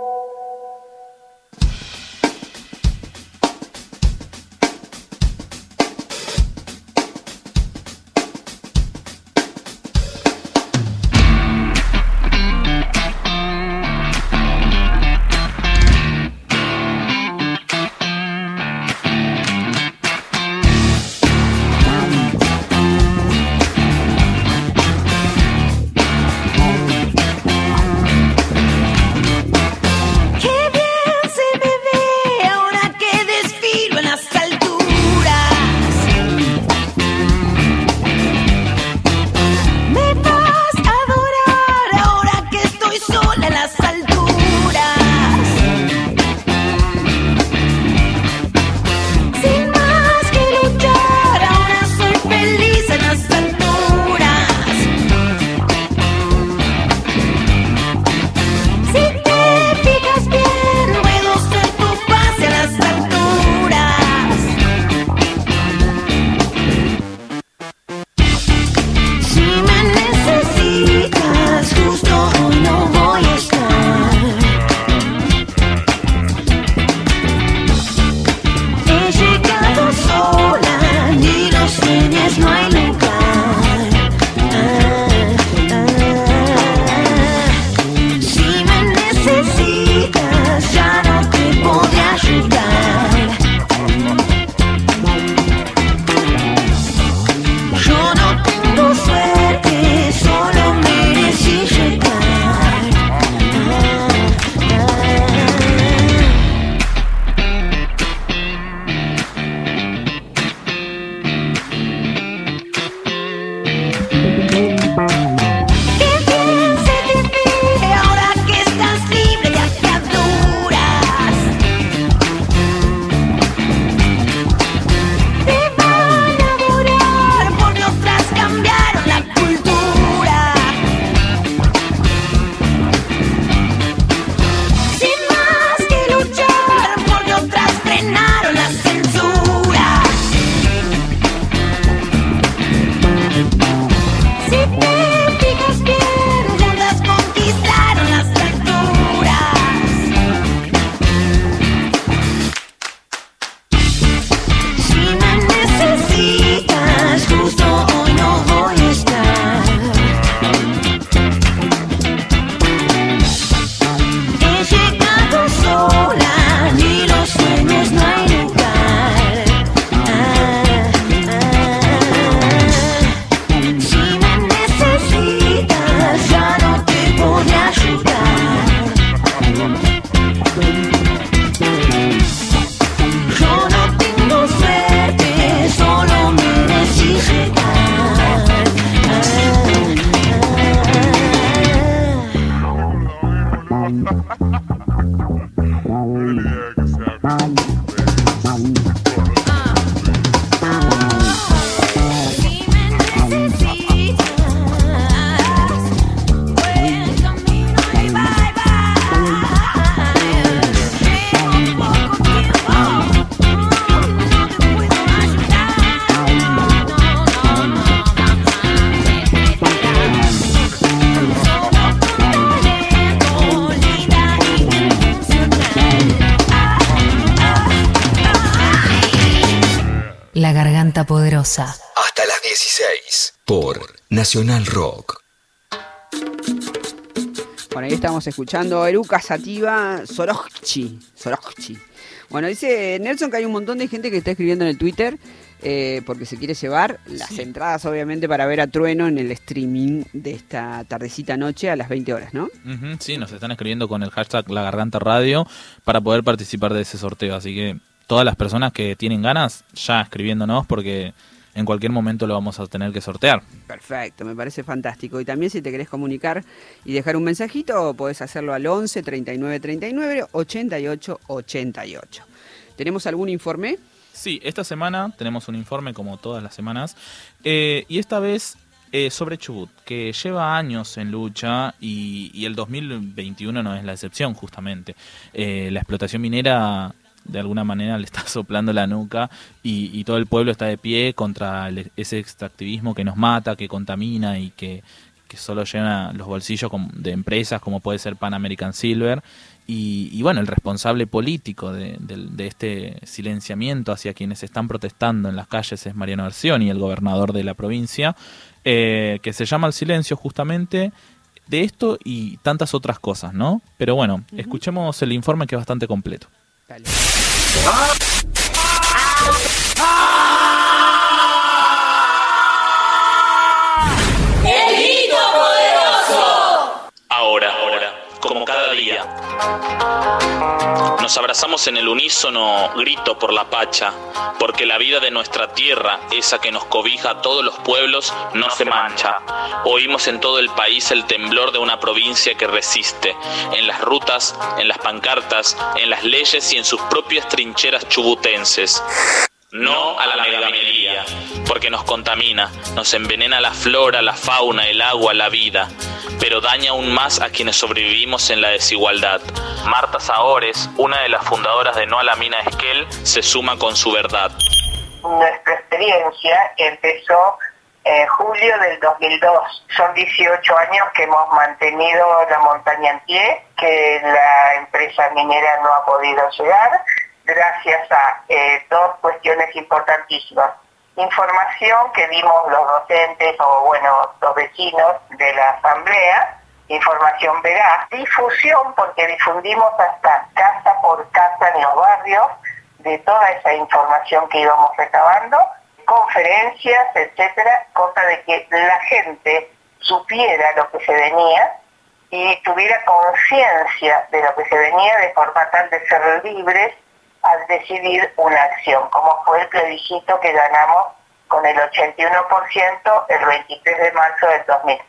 La garganta poderosa. Hasta las 16 por Nacional Rock. Bueno, ahí estamos escuchando Eruca Sativa Sorocchi. Bueno, dice Nelson que hay un montón de gente que está escribiendo en el Twitter porque se quiere llevar las entradas, obviamente, para ver a Trueno en el streaming de esta tardecita noche a las 20 horas, ¿no? Sí, nos están escribiendo con el hashtag La Garganta Radio para poder participar de ese sorteo, así que todas las personas que tienen ganas, ya escribiéndonos porque en cualquier momento lo vamos a tener que sortear. Perfecto, me parece fantástico. Y también si te querés comunicar y dejar un mensajito, podés hacerlo al 11 39 39 88 88. ¿Tenemos algún informe? Sí, esta semana tenemos un informe como todas las semanas y esta vez sobre Chubut, que lleva años en lucha y el 2021 no es la excepción justamente. La explotación minera de alguna manera le está soplando la nuca y todo el pueblo está de pie contra ese extractivismo que nos mata, que contamina y que solo llena los bolsillos de empresas como puede ser Pan American Silver. Y bueno, el responsable político de este silenciamiento hacia quienes están protestando en las calles es Mariano Arcioni, el gobernador de la provincia, que se llama al silencio justamente de esto y tantas otras cosas, ¿no? Pero bueno, escuchemos el informe que es bastante completo. Dale. ¡El grito poderoso! Ahora, como cada día, nos abrazamos en el unísono grito por la Pacha, porque la vida de nuestra tierra, esa que nos cobija a todos los pueblos, no se mancha. Oímos en todo el país el temblor de una provincia que resiste, en las rutas, en las pancartas, en las leyes y en sus propias trincheras chubutenses. No a la megaminería, porque nos contamina, nos envenena la flora, la fauna, el agua, la vida, pero daña aún más a quienes sobrevivimos en la desigualdad. Marta Saores, una de las fundadoras de No a la Mina Esquel, se suma con su verdad. Nuestra experiencia empezó en julio del 2002. Son 18 años que hemos mantenido la montaña en pie, que la empresa minera no ha podido llegar, gracias a dos cuestiones importantísimas. Información que dimos los docentes o los vecinos de la asamblea, información veraz, difusión porque difundimos hasta casa por casa en los barrios de toda esa información que íbamos recabando, conferencias, etcétera, cosa de que la gente supiera lo que se venía y tuviera conciencia de lo que se venía de forma tal de ser libres al decidir una acción, como fue el plebiscito que ganamos con el 81% el 23 de marzo del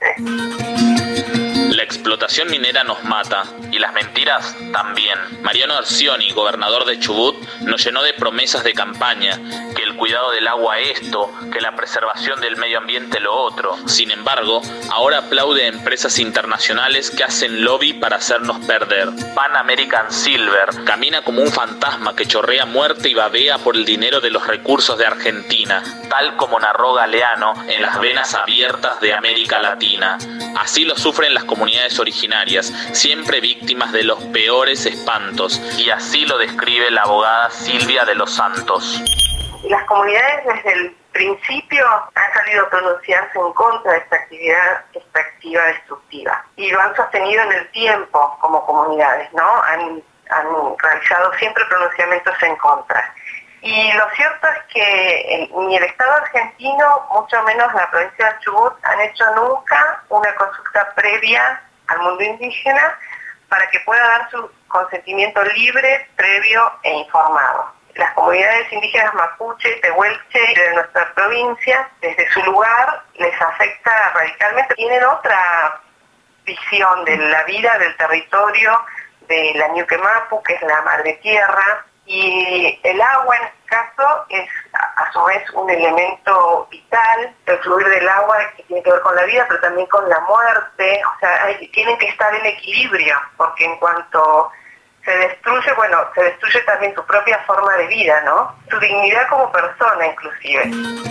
2003. La explotación minera nos mata, y las mentiras también. Mariano Arcioni, gobernador de Chubut, nos llenó de promesas de campaña, que el cuidado del agua esto, que la preservación del medio ambiente lo otro. Sin embargo, ahora aplaude a empresas internacionales que hacen lobby para hacernos perder. Pan American Silver camina como un fantasma que chorrea muerte y babea por el dinero de los recursos de Argentina, tal como narró Galeano en Las venas abiertas de América Latina. Así lo sufren las comunidades originarias, siempre víctimas de los peores espantos, y así lo describe la abogada Silvia de los Santos. Las comunidades desde el principio han salido a pronunciarse en contra de esta actividad extractiva destructiva y lo han sostenido en el tiempo como comunidades, ¿no? Han realizado siempre pronunciamientos en contra. Y lo cierto es que ni el Estado argentino, mucho menos la provincia de Chubut, han hecho nunca una consulta previa al mundo indígena para que pueda dar su consentimiento libre, previo e informado. Las comunidades indígenas mapuche, tehuelche de nuestra provincia, desde su lugar, les afecta radicalmente. Tienen otra visión de la vida, del territorio, de la Ñuque Mapu, que es la madre tierra, y el agua en este caso es a su vez un elemento vital, el fluir del agua que tiene que ver con la vida, pero también con la muerte, o sea, tienen que estar en equilibrio, porque en cuanto se destruye, se destruye también su propia forma de vida, ¿no? Su dignidad como persona inclusive.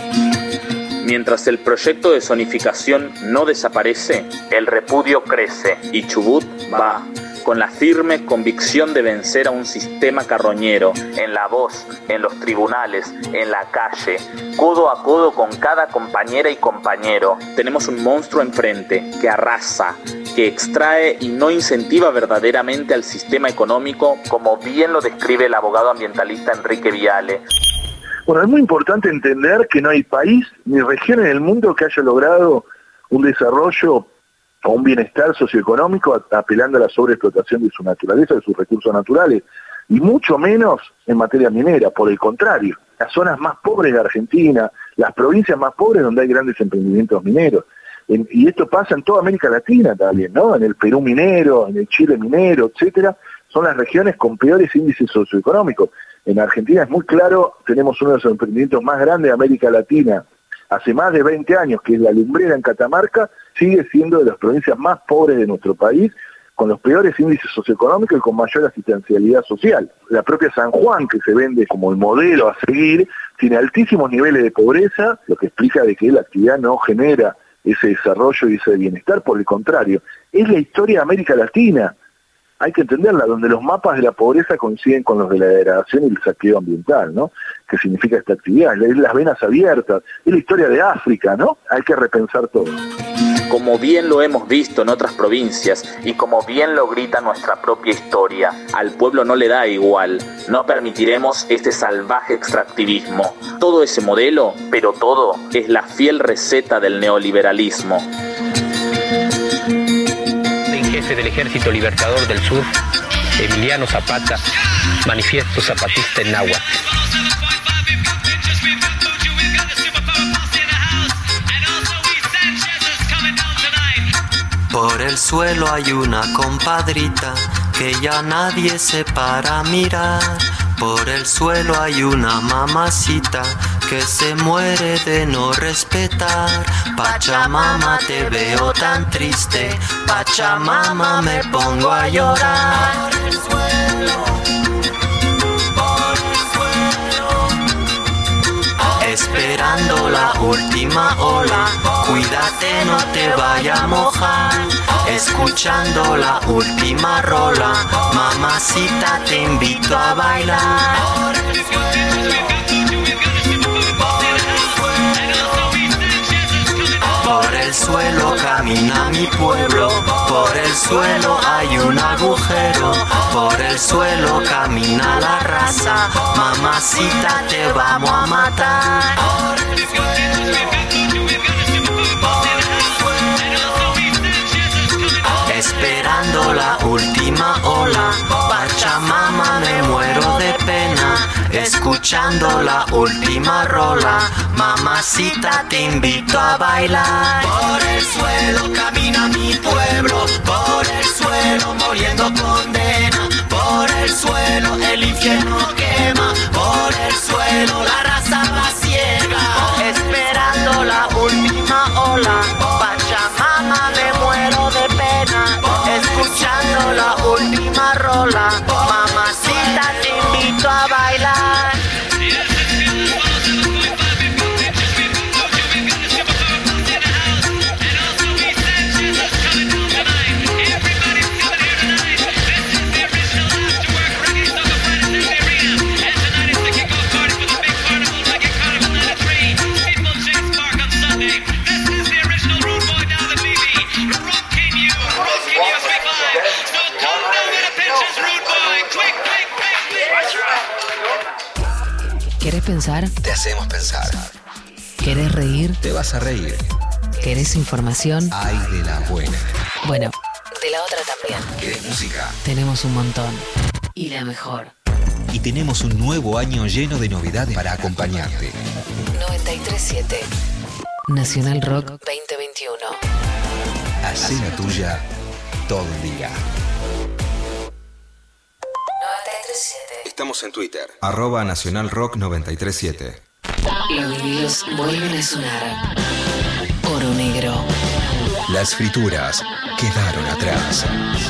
Mientras el proyecto de zonificación no desaparece, el repudio crece y Chubut va con la firme convicción de vencer a un sistema carroñero, en la voz, en los tribunales, en la calle, codo a codo con cada compañera y compañero. Tenemos un monstruo enfrente que arrasa, que extrae y no incentiva verdaderamente al sistema económico, como bien lo describe el abogado ambientalista Enrique Viale. Bueno, es muy importante entender que no hay país ni región en el mundo que haya logrado un desarrollo o un bienestar socioeconómico apelando a la sobreexplotación de su naturaleza, de sus recursos naturales, y mucho menos en materia minera. Por el contrario, las zonas más pobres de Argentina, las provincias más pobres donde hay grandes emprendimientos mineros, y esto pasa en toda América Latina también, ¿no? En el Perú minero, en el Chile minero, etcétera, son las regiones con peores índices socioeconómicos. En Argentina es muy claro, tenemos uno de los emprendimientos más grandes de América Latina, hace más de 20 años, que es la Lumbrera en Catamarca, sigue siendo de las provincias más pobres de nuestro país, con los peores índices socioeconómicos y con mayor asistencialidad social. La propia San Juan, que se vende como el modelo a seguir, tiene altísimos niveles de pobreza, lo que explica de que la actividad no genera ese desarrollo y ese bienestar. Por el contrario, es la historia de América Latina, hay que entenderla, donde los mapas de la pobreza coinciden con los de la degradación y el saqueo ambiental, ¿no? ¿Qué significa esta actividad? Es las venas abiertas, es la historia de África, ¿no? Hay que repensar todo. Como bien lo hemos visto en otras provincias y como bien lo grita nuestra propia historia, al pueblo no le da igual. No permitiremos este salvaje extractivismo. Todo ese modelo, pero todo, es la fiel receta del neoliberalismo. El jefe del Ejército Libertador del Sur, Emiliano Zapata, manifiesto zapatista en náhuatl. Por el suelo hay una compadrita que ya nadie se para a mirar. Por el suelo hay una mamacita que se muere de no respetar. Pachamama, te veo tan triste, Pachamama, me pongo a llorar. Por el suelo, esperando la última ola, cuídate no te vaya a mojar. Escuchando la última rola, mamacita te invito a bailar. Por el suelo camina mi pueblo, por el suelo hay un agujero, por el suelo camina la raza, mamacita te vamos a matar. Esperando la última ola, Pachamama, me muero de pena. Escuchando la última rola, mamacita te invito a bailar. Por el suelo camina mi pueblo, por el suelo muriendo condena. Por el suelo el infierno quema, por el suelo la raza va ciega. Esperando la última ola, Pachamama, me muero de pena. Escuchando la última rola, mamacita te invito a bailar. ¿Querés pensar? Te hacemos pensar. ¿Querés reír? Te vas a reír. ¿Querés información? Ay, de la buena. Bueno, de la otra también. ¿Querés música? Tenemos un montón. Y la mejor. Y tenemos un nuevo año lleno de novedades para acompañarte. 93.7 Nacional Rock 2021. Hacé la tuya todo el día. 93.7. Estamos en Twitter. @NacionalRock937. Los vinilos vuelven a sonar. Oro negro. Las frituras quedaron atrás.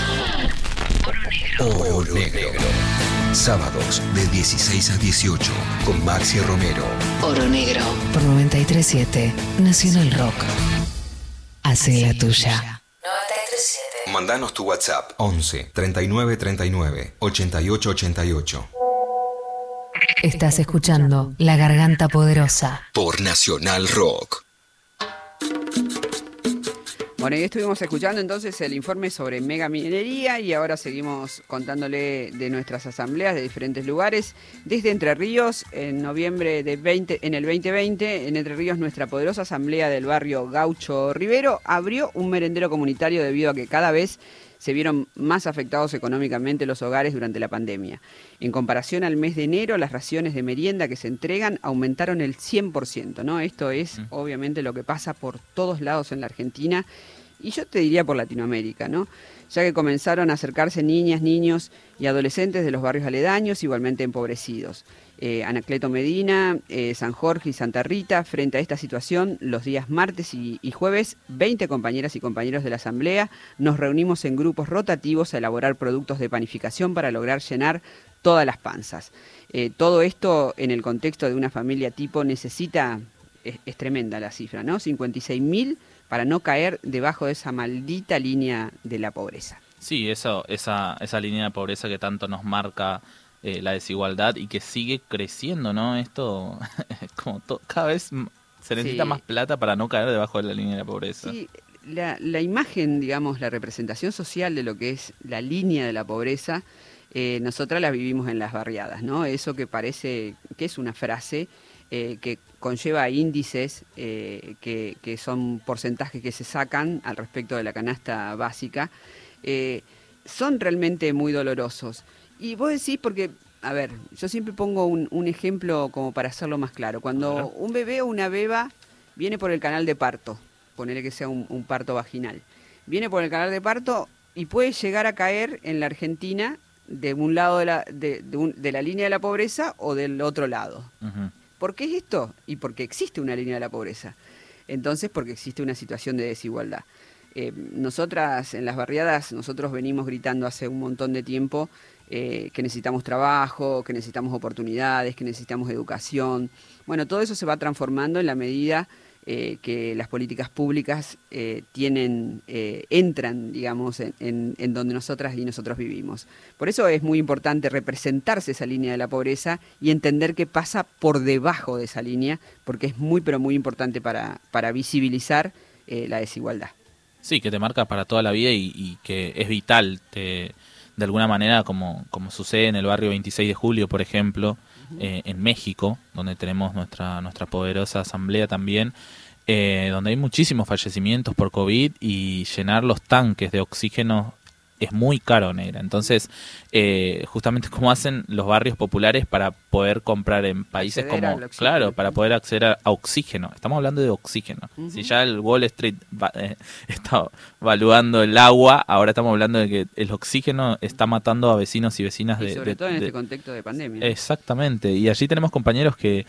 Oro negro. Sábados de 16 a 18 con Maxi Romero. Oro negro. Por 93.7 Nacional Rock. Hacé la tuya. 93.7. Mandanos tu WhatsApp 11 39 39 88 88. Estás escuchando La Garganta Poderosa por Nacional Rock. Bueno, y estuvimos escuchando entonces el informe sobre megaminería y ahora seguimos contándole de nuestras asambleas de diferentes lugares. Desde Entre Ríos, en noviembre en el 2020, en Entre Ríos, nuestra poderosa asamblea del barrio Gaucho Rivero abrió un merendero comunitario debido a que cada vez se vieron más afectados económicamente los hogares durante la pandemia. En comparación al mes de enero, las raciones de merienda que se entregan aumentaron el 100%, ¿no? Esto es obviamente lo que pasa por todos lados en la Argentina y yo te diría por Latinoamérica, ¿no? Ya que comenzaron a acercarse niñas, niños y adolescentes de los barrios aledaños, igualmente empobrecidos. Anacleto Medina, San Jorge y Santa Rita. Frente a esta situación, los días martes y jueves, 20 compañeras y compañeros de la Asamblea nos reunimos en grupos rotativos a elaborar productos de panificación para lograr llenar todas las panzas. Todo esto en el contexto de una familia tipo necesita, es tremenda la cifra, ¿no? 56.000 para no caer debajo de esa maldita línea de la pobreza. Sí, esa línea de pobreza que tanto nos marca la desigualdad y que sigue creciendo, ¿no? Esto como cada vez se necesita más plata para no caer debajo de la línea de la pobreza. Sí, la imagen, digamos, la representación social de lo que es la línea de la pobreza, nosotras la vivimos en las barriadas, ¿no? Eso que parece que es una frase que conlleva índices que son porcentajes que se sacan al respecto de la canasta básica, son realmente muy dolorosos. Y vos decís, porque, a ver, yo siempre pongo un ejemplo como para hacerlo más claro. Cuando un bebé o una beba viene por el canal de parto, ponele que sea un parto vaginal, viene por el canal de parto y puede llegar a caer en la Argentina de un lado de la línea de la pobreza o del otro lado. Uh-huh. ¿Por qué es esto? Y porque existe una línea de la pobreza. Entonces, porque existe una situación de desigualdad. Nosotras en las barriadas, nosotros venimos gritando hace un montón de tiempo que necesitamos trabajo, que necesitamos oportunidades, que necesitamos educación. Bueno, todo eso se va transformando en la medida que las políticas públicas entran, digamos, en donde nosotras y nosotros vivimos. Por eso es muy importante representarse esa línea de la pobreza y entender qué pasa por debajo de esa línea, porque es muy, pero muy importante para visibilizar la desigualdad. Sí, que te marca para toda la vida y que es vital, de alguna manera, como sucede en el barrio 26 de Julio, por ejemplo, en México, donde tenemos nuestra poderosa asamblea también, donde hay muchísimos fallecimientos por COVID y llenar los tanques de oxígeno es muy caro, negra. Entonces, justamente como hacen los barrios populares para poder comprar en países como, claro, para poder acceder a oxígeno. Estamos hablando de oxígeno. Uh-huh. Si ya el Wall Street está valuando el agua, ahora estamos hablando de que el oxígeno está matando a vecinos y vecinas sobre todo en este contexto de pandemia. Exactamente. Y allí tenemos compañeros que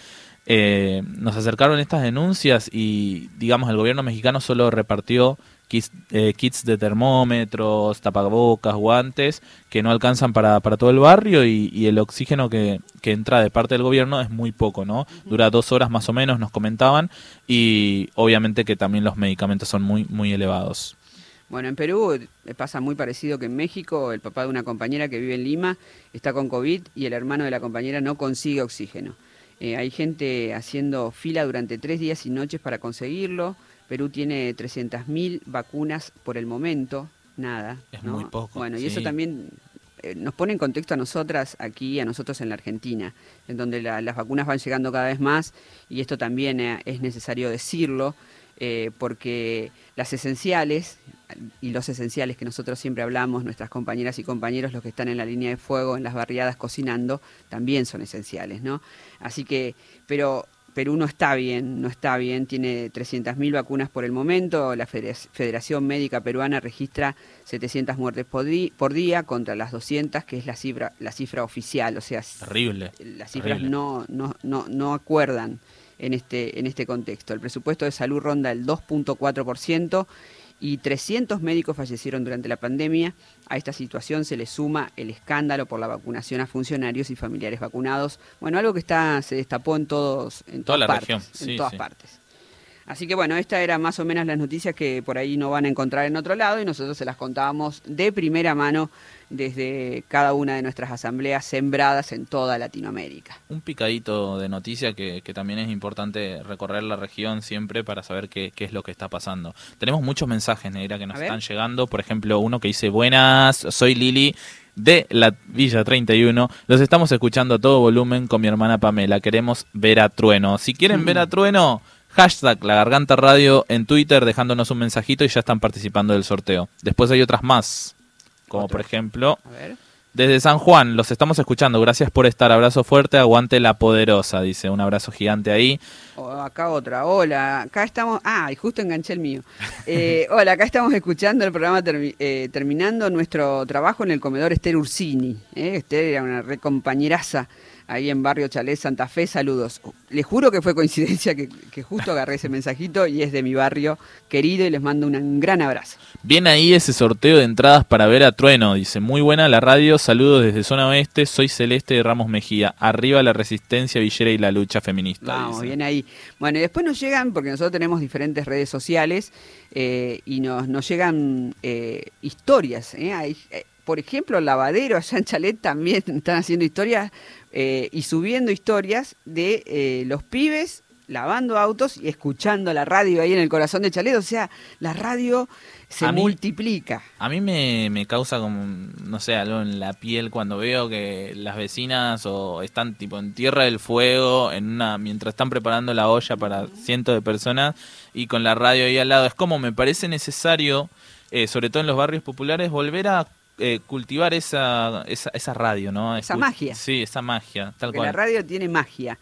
nos acercaron estas denuncias y, digamos, el gobierno mexicano solo repartió kits de termómetros, tapabocas, guantes, que no alcanzan para todo el barrio y el oxígeno que entra de parte del gobierno es muy poco, ¿no? Uh-huh. Dura 2 horas más o menos, nos comentaban, y obviamente que también los medicamentos son muy, muy elevados. Bueno, en Perú pasa muy parecido que en México. El papá de una compañera que vive en Lima está con COVID y el hermano de la compañera no consigue oxígeno. Hay gente haciendo fila durante 3 días y noches para conseguirlo. Perú tiene 300.000 vacunas por el momento, nada. Es ¿no? muy poco. Bueno, sí. Y eso también nos pone en contexto a nosotras aquí, a nosotros en la Argentina, en donde las vacunas van llegando cada vez más, y esto también es necesario decirlo, porque las esenciales y los esenciales que nosotros siempre hablamos, nuestras compañeras y compañeros, los que están en la línea de fuego, en las barriadas cocinando, también son esenciales, ¿no? Así que, pero Perú no está bien, tiene 300.000 vacunas por el momento. La Federación Médica Peruana registra 700 muertes por día contra las 200, que es la cifra oficial. O sea, terrible. Las cifras terrible. No acuerdan en este contexto. El presupuesto de salud ronda el 2.4% y 300 médicos fallecieron durante la pandemia. A esta situación se le suma el escándalo por la vacunación a funcionarios y familiares vacunados. Bueno, algo que se destapó en toda la región, en todas partes. Así que bueno, esta era más o menos las noticias que por ahí no van a encontrar en otro lado, y nosotros se las contábamos de primera mano desde cada una de nuestras asambleas sembradas en toda Latinoamérica. Un picadito de noticia que también es importante recorrer la región siempre para saber qué es lo que está pasando. Tenemos muchos mensajes, negra, que nos están llegando. Por ejemplo, uno que dice: buenas, soy Lili de la Villa 31. Los estamos escuchando a todo volumen con mi hermana Pamela. Queremos ver a Trueno. Si quieren ver a Trueno, hashtag La Garganta Radio en Twitter, dejándonos un mensajito, y ya están participando del sorteo. Después hay otras más, como por ejemplo Desde San Juan, los estamos escuchando. Gracias por estar. Abrazo fuerte, aguante la poderosa, dice. Un abrazo gigante ahí. Acá otra. Hola, acá estamos... y justo enganché el mío. Hola, acá estamos escuchando el programa terminando nuestro trabajo en el comedor Esther Ursini. Esther era una compañeraza ahí en Barrio Chalés, Santa Fe. Saludos. Les juro que fue coincidencia que justo agarré ese mensajito y es de mi barrio querido y les mando un gran abrazo. Bien ahí ese sorteo de entradas para ver a Trueno, dice. Muy buena la radio, saludos desde Zona Oeste, soy Celeste de Ramos Mejía. Arriba la resistencia villera y la lucha feminista. Vamos, dice. bien ahí. Bueno, y después nos llegan, porque nosotros tenemos diferentes redes sociales, y nos llegan historias. Por ejemplo, el lavadero allá en Chalet también están haciendo historias y subiendo historias de los pibes lavando autos y escuchando la radio ahí en el corazón de Chalet. O sea, la radio se multiplica. A mí me causa como, no sé, algo en la piel cuando veo que las vecinas están tipo en Tierra del Fuego, mientras están preparando la olla para cientos de personas y con la radio ahí al lado. Es como me parece necesario, sobre todo en los barrios populares, volver a cultivar esa radio, ¿no? Esa magia. Sí, esa magia, tal Porque cual. la radio tiene magia.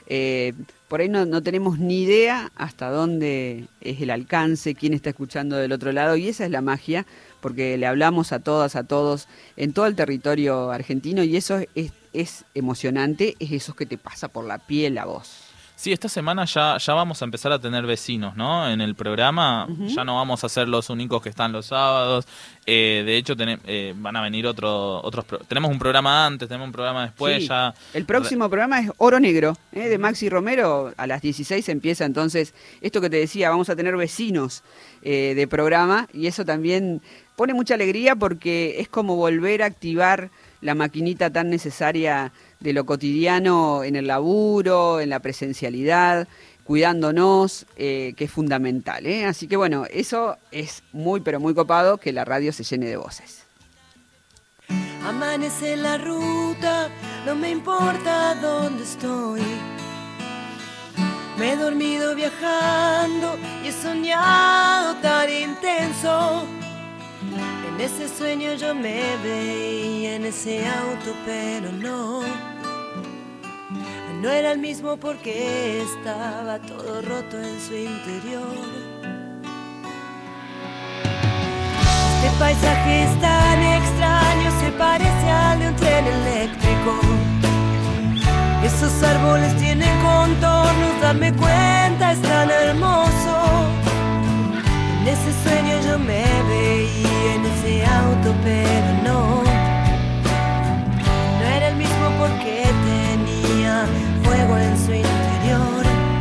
Por ahí no tenemos ni idea hasta dónde es el alcance, quién está escuchando del otro lado, y esa es la magia, porque le hablamos a todas, a todos, en todo el territorio argentino, y eso es emocionante, es eso que te pasa por la piel a vos. Sí, esta semana ya vamos a empezar a tener vecinos, ¿no? En el programa ya no vamos a ser los únicos que están los sábados. De hecho, van a venir otros... Tenemos un programa antes, tenemos un programa después. Sí. Ya. El próximo programa es Oro Negro, de Maxi Romero. A las 16 empieza entonces esto que te decía, vamos a tener vecinos de programa, y eso también pone mucha alegría porque es como volver a activar la maquinita tan necesaria de lo cotidiano en el laburo, en la presencialidad, cuidándonos, que es fundamental, Así que bueno, eso es muy pero muy copado, que la radio se llene de voces. Amanece en la ruta, no me importa dónde estoy. Me he dormido viajando y he soñado tan intenso. En ese sueño yo me veía en ese auto, pero no era el mismo porque estaba todo roto en su interior. Este paisaje es tan extraño, se parece al de un tren eléctrico. Esos árboles tienen contornos, darme cuenta es tan hermoso. En ese sueño yo me veía en ese auto, pero no era el mismo porque tenía fuego en su interior.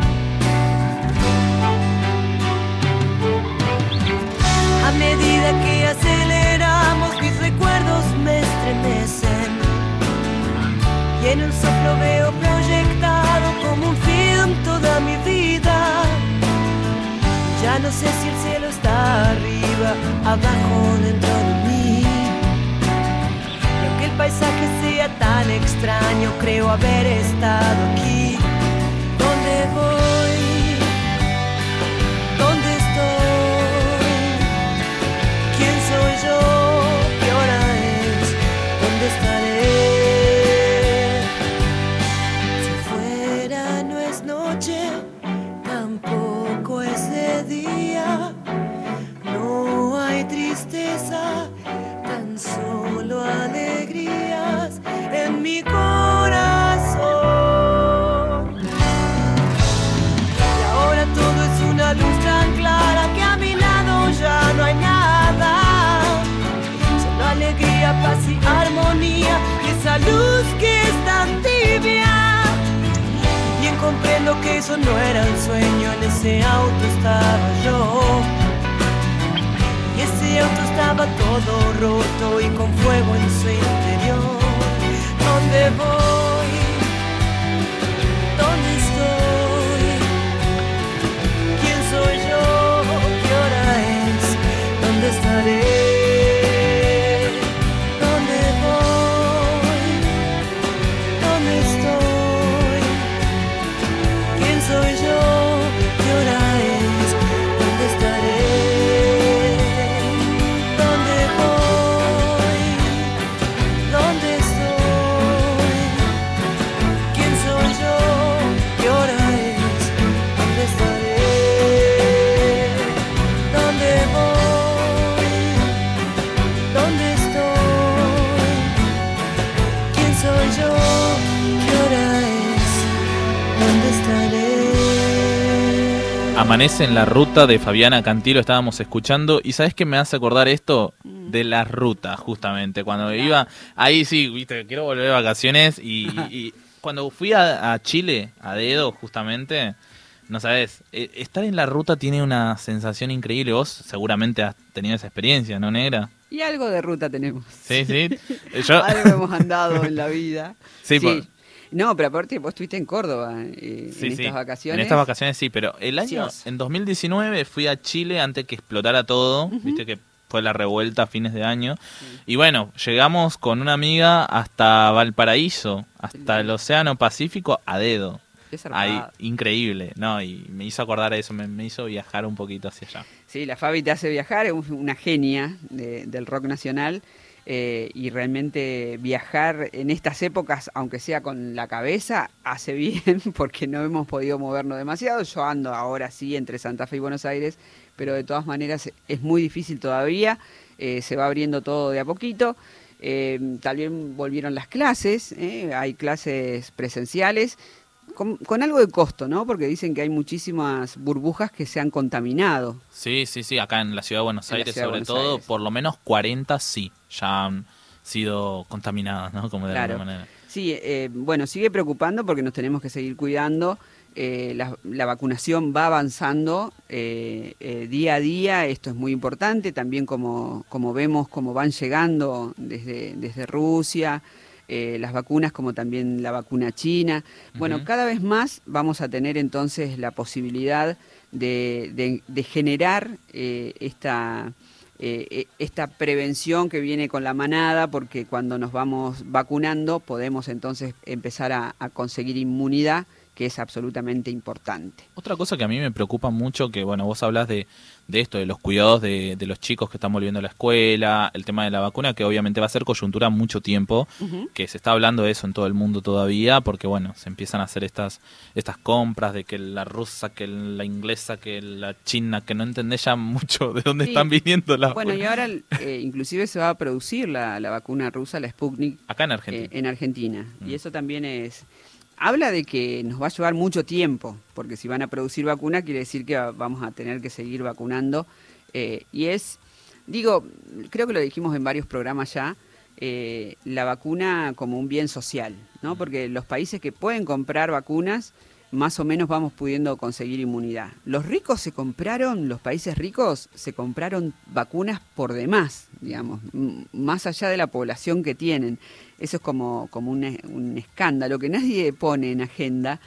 A medida que aceleramos, mis recuerdos me estremecen y en un soplo veo proyectado como un film toda mi vida. Ya no sé si el cielo está arriba, abajo, dentro de mí. Y aunque el paisaje sea tan extraño, creo haber estado aquí. ¿Dónde voy? ¿Dónde estoy? ¿Quién soy yo? ¿Qué hora es? ¿Dónde estaré? Si fuera no es noche, tampoco es de día. No hay tristeza, tan solo alegrías en mi corazón. Y ahora todo es una luz tan clara que a mi lado ya no hay nada. Solo alegría, paz y armonía, y esa luz que es tan tibia. Bien comprendo que eso no era un sueño, en ese auto estaba yo. Y ese auto estaba todo roto y con fuego en su interior. ¿Dónde voy? ¿Dónde estoy? ¿Quién soy yo? ¿Qué hora es? ¿Dónde estaré? ¿Dónde voy? ¿Dónde estoy? ¿Quién soy yo? ¿Qué hora es? ¿Dónde estaré? ¿Dónde voy? ¿Dónde Amanece en la ruta de Fabiana Cantilo, estábamos escuchando, y ¿sabes qué me hace acordar esto? De la ruta, justamente, cuando iba, ahí sí, viste, quiero volver de vacaciones, y cuando fui a Chile, a dedo, justamente, no sabes, estar en la ruta tiene una sensación increíble. Vos seguramente has tenido esa experiencia, ¿no, negra? Y algo de ruta tenemos. Sí, sí. Algo hemos andado en la vida. Sí, sí. No, pero aparte vos estuviste en Córdoba en estas vacaciones. En estas vacaciones sí, pero el año, en 2019 fui a Chile antes que explotara todo, viste que fue la revuelta a fines de año. Y bueno, llegamos con una amiga hasta Valparaíso, hasta el Océano Pacífico a dedo. Ahí, increíble, ¿no? Y me hizo acordar a eso, me hizo viajar un poquito hacia allá. Sí, la Fabi te hace viajar, es una genia del rock nacional. Y realmente viajar en estas épocas, aunque sea con la cabeza, hace bien porque no hemos podido movernos demasiado. Yo ando ahora sí entre Santa Fe y Buenos Aires, pero de todas maneras es muy difícil todavía, se va abriendo todo de a poquito. También volvieron las clases, hay clases presenciales, con algo de costo, ¿no? Porque dicen que hay muchísimas burbujas que se han contaminado. Sí, acá en la ciudad de Buenos Aires, sobre todo, por lo menos 40 sí, ya han sido contaminadas, ¿no? Como de alguna manera. Sí, bueno, sigue preocupando porque nos tenemos que seguir cuidando. La vacunación va avanzando día a día, esto es muy importante, también como vemos cómo van llegando desde Rusia, las vacunas como también la vacuna china. Bueno, cada vez más vamos a tener entonces la posibilidad de generar esta prevención que viene con la manada, porque cuando nos vamos vacunando podemos entonces empezar a conseguir inmunidad, que es absolutamente importante. Otra cosa que a mí me preocupa mucho, que bueno, vos hablas de esto, de los cuidados de los chicos que están volviendo a la escuela, el tema de la vacuna, que obviamente va a ser coyuntura mucho tiempo, que se está hablando de eso en todo el mundo todavía, porque bueno, se empiezan a hacer estas compras de que la rusa, que la inglesa, que la china, que no entendés ya mucho de dónde están viniendo las vacunas. Bueno, y ahora inclusive se va a producir la vacuna rusa, la Sputnik. Acá en Argentina. En Argentina, y eso también habla de que nos va a llevar mucho tiempo, porque si van a producir vacuna quiere decir que vamos a tener que seguir vacunando. Y creo que lo dijimos en varios programas ya, la vacuna como un bien social, ¿no? Porque los países que pueden comprar vacunas, más o menos vamos pudiendo conseguir inmunidad. Los países ricos se compraron vacunas por demás, digamos, más allá de la población que tienen. Eso es como un escándalo que nadie pone en agenda,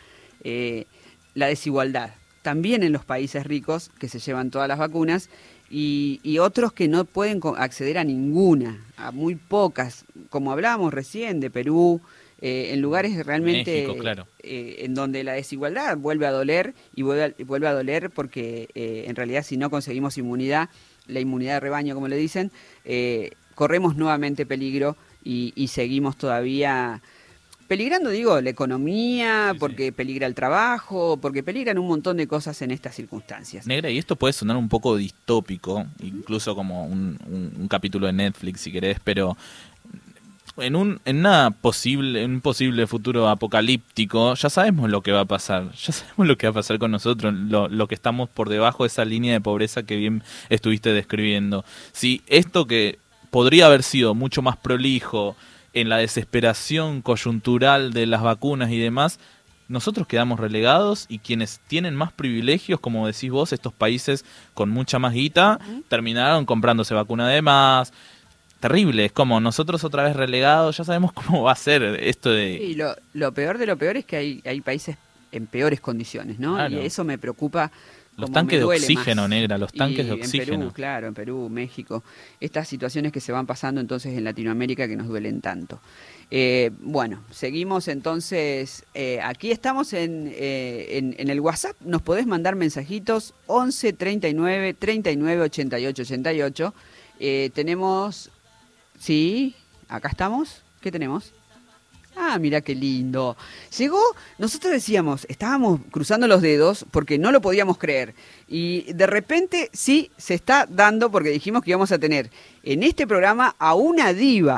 la desigualdad. También en los países ricos, que se llevan todas las vacunas, y otros que no pueden acceder a ninguna, a muy pocas, como hablábamos recién de Perú, en lugares realmente México, claro. En donde la desigualdad vuelve a doler, y vuelve a doler porque en realidad si no conseguimos inmunidad, la inmunidad de rebaño como le dicen, corremos nuevamente peligro y seguimos todavía peligrando, la economía, porque peligra el trabajo, porque peligran un montón de cosas en estas circunstancias. Negra, y esto puede sonar un poco distópico, incluso como un capítulo de Netflix si querés, pero en un posible futuro apocalíptico, ya sabemos lo que va a pasar, con nosotros, lo que estamos por debajo de esa línea de pobreza que bien estuviste describiendo. Si esto que podría haber sido mucho más prolijo en la desesperación coyuntural de las vacunas y demás, nosotros quedamos relegados, y quienes tienen más privilegios, como decís vos, estos países con mucha más guita, terminaron comprándose vacuna de más. Terrible, es como nosotros otra vez relegados, ya sabemos cómo va a ser esto de... Sí, lo peor de lo peor es que hay países en peores condiciones, ¿no? Claro. Y eso me preocupa. Los tanques de oxígeno, más. Negra, los tanques de oxígeno. En Perú, México, estas situaciones que se van pasando entonces en Latinoamérica que nos duelen tanto. Bueno, seguimos entonces, aquí estamos en el WhatsApp, nos podés mandar mensajitos 11 39 39 88 88. Tenemos... Sí, acá estamos. ¿Qué tenemos? Ah, mira qué lindo. Llegó, nosotros decíamos, estábamos cruzando los dedos porque no lo podíamos creer. Y de repente sí se está dando, porque dijimos que íbamos a tener en este programa a una diva.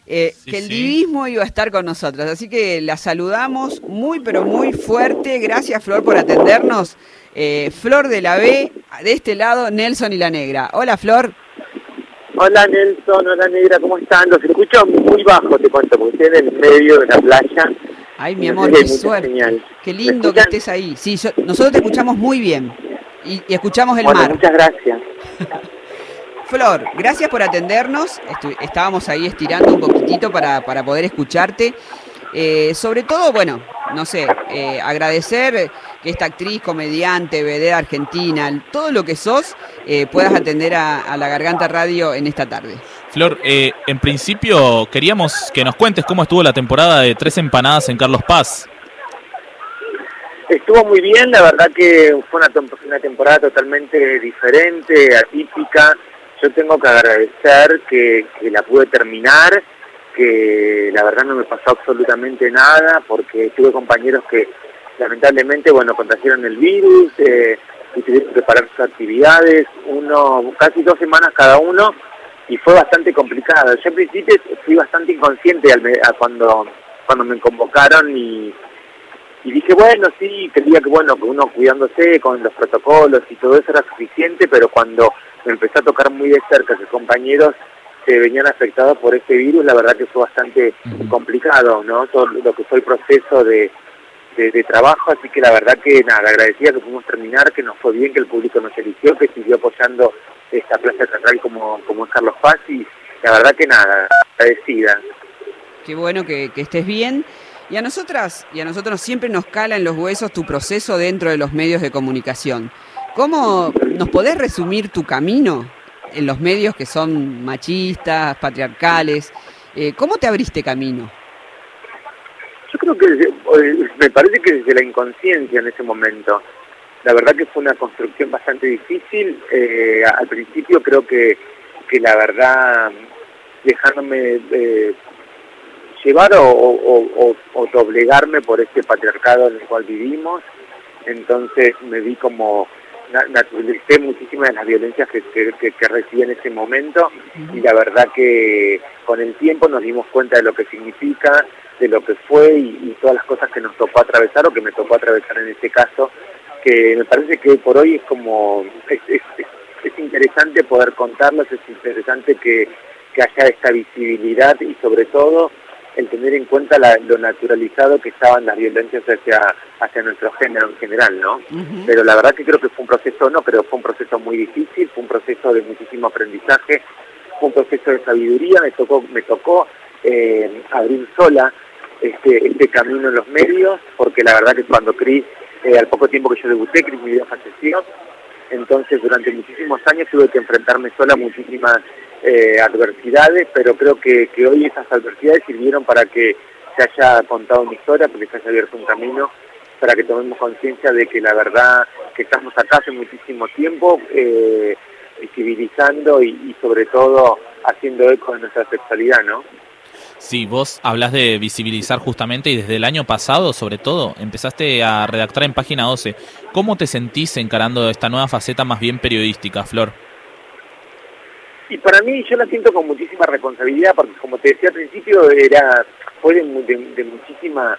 que el divismo iba a estar con nosotros. Así que la saludamos muy, pero muy fuerte. Gracias, Flor, por atendernos. Flor de la B, de este lado, Nelson y la Negra. Hola, Flor. Hola, Nelson, hola, Negra, ¿cómo están? Los escucho muy bajo, te cuento, porque estoy en el medio de la playa. Ay, mi amor, qué suerte. Señal. Qué lindo que estés ahí. Sí, nosotros te escuchamos muy bien y escuchamos el mar. Muchas gracias. Flor, gracias por atendernos. Estábamos ahí estirando un poquitito para poder escucharte. Sobre todo, bueno, no sé, agradecer que esta actriz, comediante, vedette argentina, todo lo que sos, puedas atender a La Garganta Radio en esta tarde. Flor, en principio queríamos que nos cuentes cómo estuvo la temporada de Tres Empanadas en Carlos Paz. Estuvo muy bien, la verdad que fue una temporada totalmente diferente, atípica. Yo tengo que agradecer que la pude terminar, que la verdad no me pasó absolutamente nada, porque tuve compañeros que lamentablemente, bueno, contagiaron el virus, y tuvieron que parar sus actividades, casi 2 semanas cada uno, y fue bastante complicado. Yo al principio fui bastante inconsciente cuando me convocaron y dije, bueno, sí, creía que bueno, que uno cuidándose con los protocolos y todo eso era suficiente, pero cuando me empezó a tocar muy de cerca que compañeros se venían afectados por este virus, la verdad que fue bastante complicado, ¿no? Todo lo que fue el proceso de trabajo, así que la verdad que nada, agradecida que pudimos terminar, que nos fue bien, que el público nos eligió, que siguió apoyando esta plaza teatral como es Carlos Paz, y la verdad que nada, agradecida. Qué bueno que estés bien. Y a nosotros siempre nos cala en los huesos tu proceso dentro de los medios de comunicación. ¿Cómo nos podés resumir tu camino en los medios que son machistas, patriarcales? ¿Cómo te abriste camino? Yo creo que me parece que desde la inconsciencia en ese momento. La verdad que fue una construcción bastante difícil. Al principio creo que la verdad, dejándome llevar o doblegarme por este patriarcado en el cual vivimos, entonces me vi como naturalicé muchísimas de las violencias que recibí en ese momento, y la verdad que con el tiempo nos dimos cuenta de lo que significa, de lo que fue y todas las cosas que nos tocó atravesar o que me tocó atravesar en este caso, que me parece que por hoy es como es interesante poder contarlos, es interesante que haya esta visibilidad y sobre todo el tener en cuenta lo naturalizado que estaban las violencias hacia nuestro género en general, ¿no? Pero la verdad que creo que fue un proceso muy difícil, fue un proceso de muchísimo aprendizaje, fue un proceso de sabiduría, me tocó abrir sola este camino en los medios, porque la verdad que cuando Cris, al poco tiempo que yo debuté, Cris mi vida falleció, entonces durante muchísimos años tuve que enfrentarme sola a muchísimas adversidades, pero creo que hoy esas adversidades sirvieron para que se haya contado una historia, porque se haya abierto un camino, para que tomemos conciencia de que la verdad que estamos acá hace muchísimo tiempo, visibilizando y sobre todo haciendo eco de nuestra sexualidad, ¿no? Sí, vos hablas de visibilizar justamente y desde el año pasado, sobre todo, empezaste a redactar en Página 12. ¿Cómo te sentís encarando esta nueva faceta más bien periodística, Flor? Y para mí yo la siento con muchísima responsabilidad, porque como te decía al principio, fue de muchísima...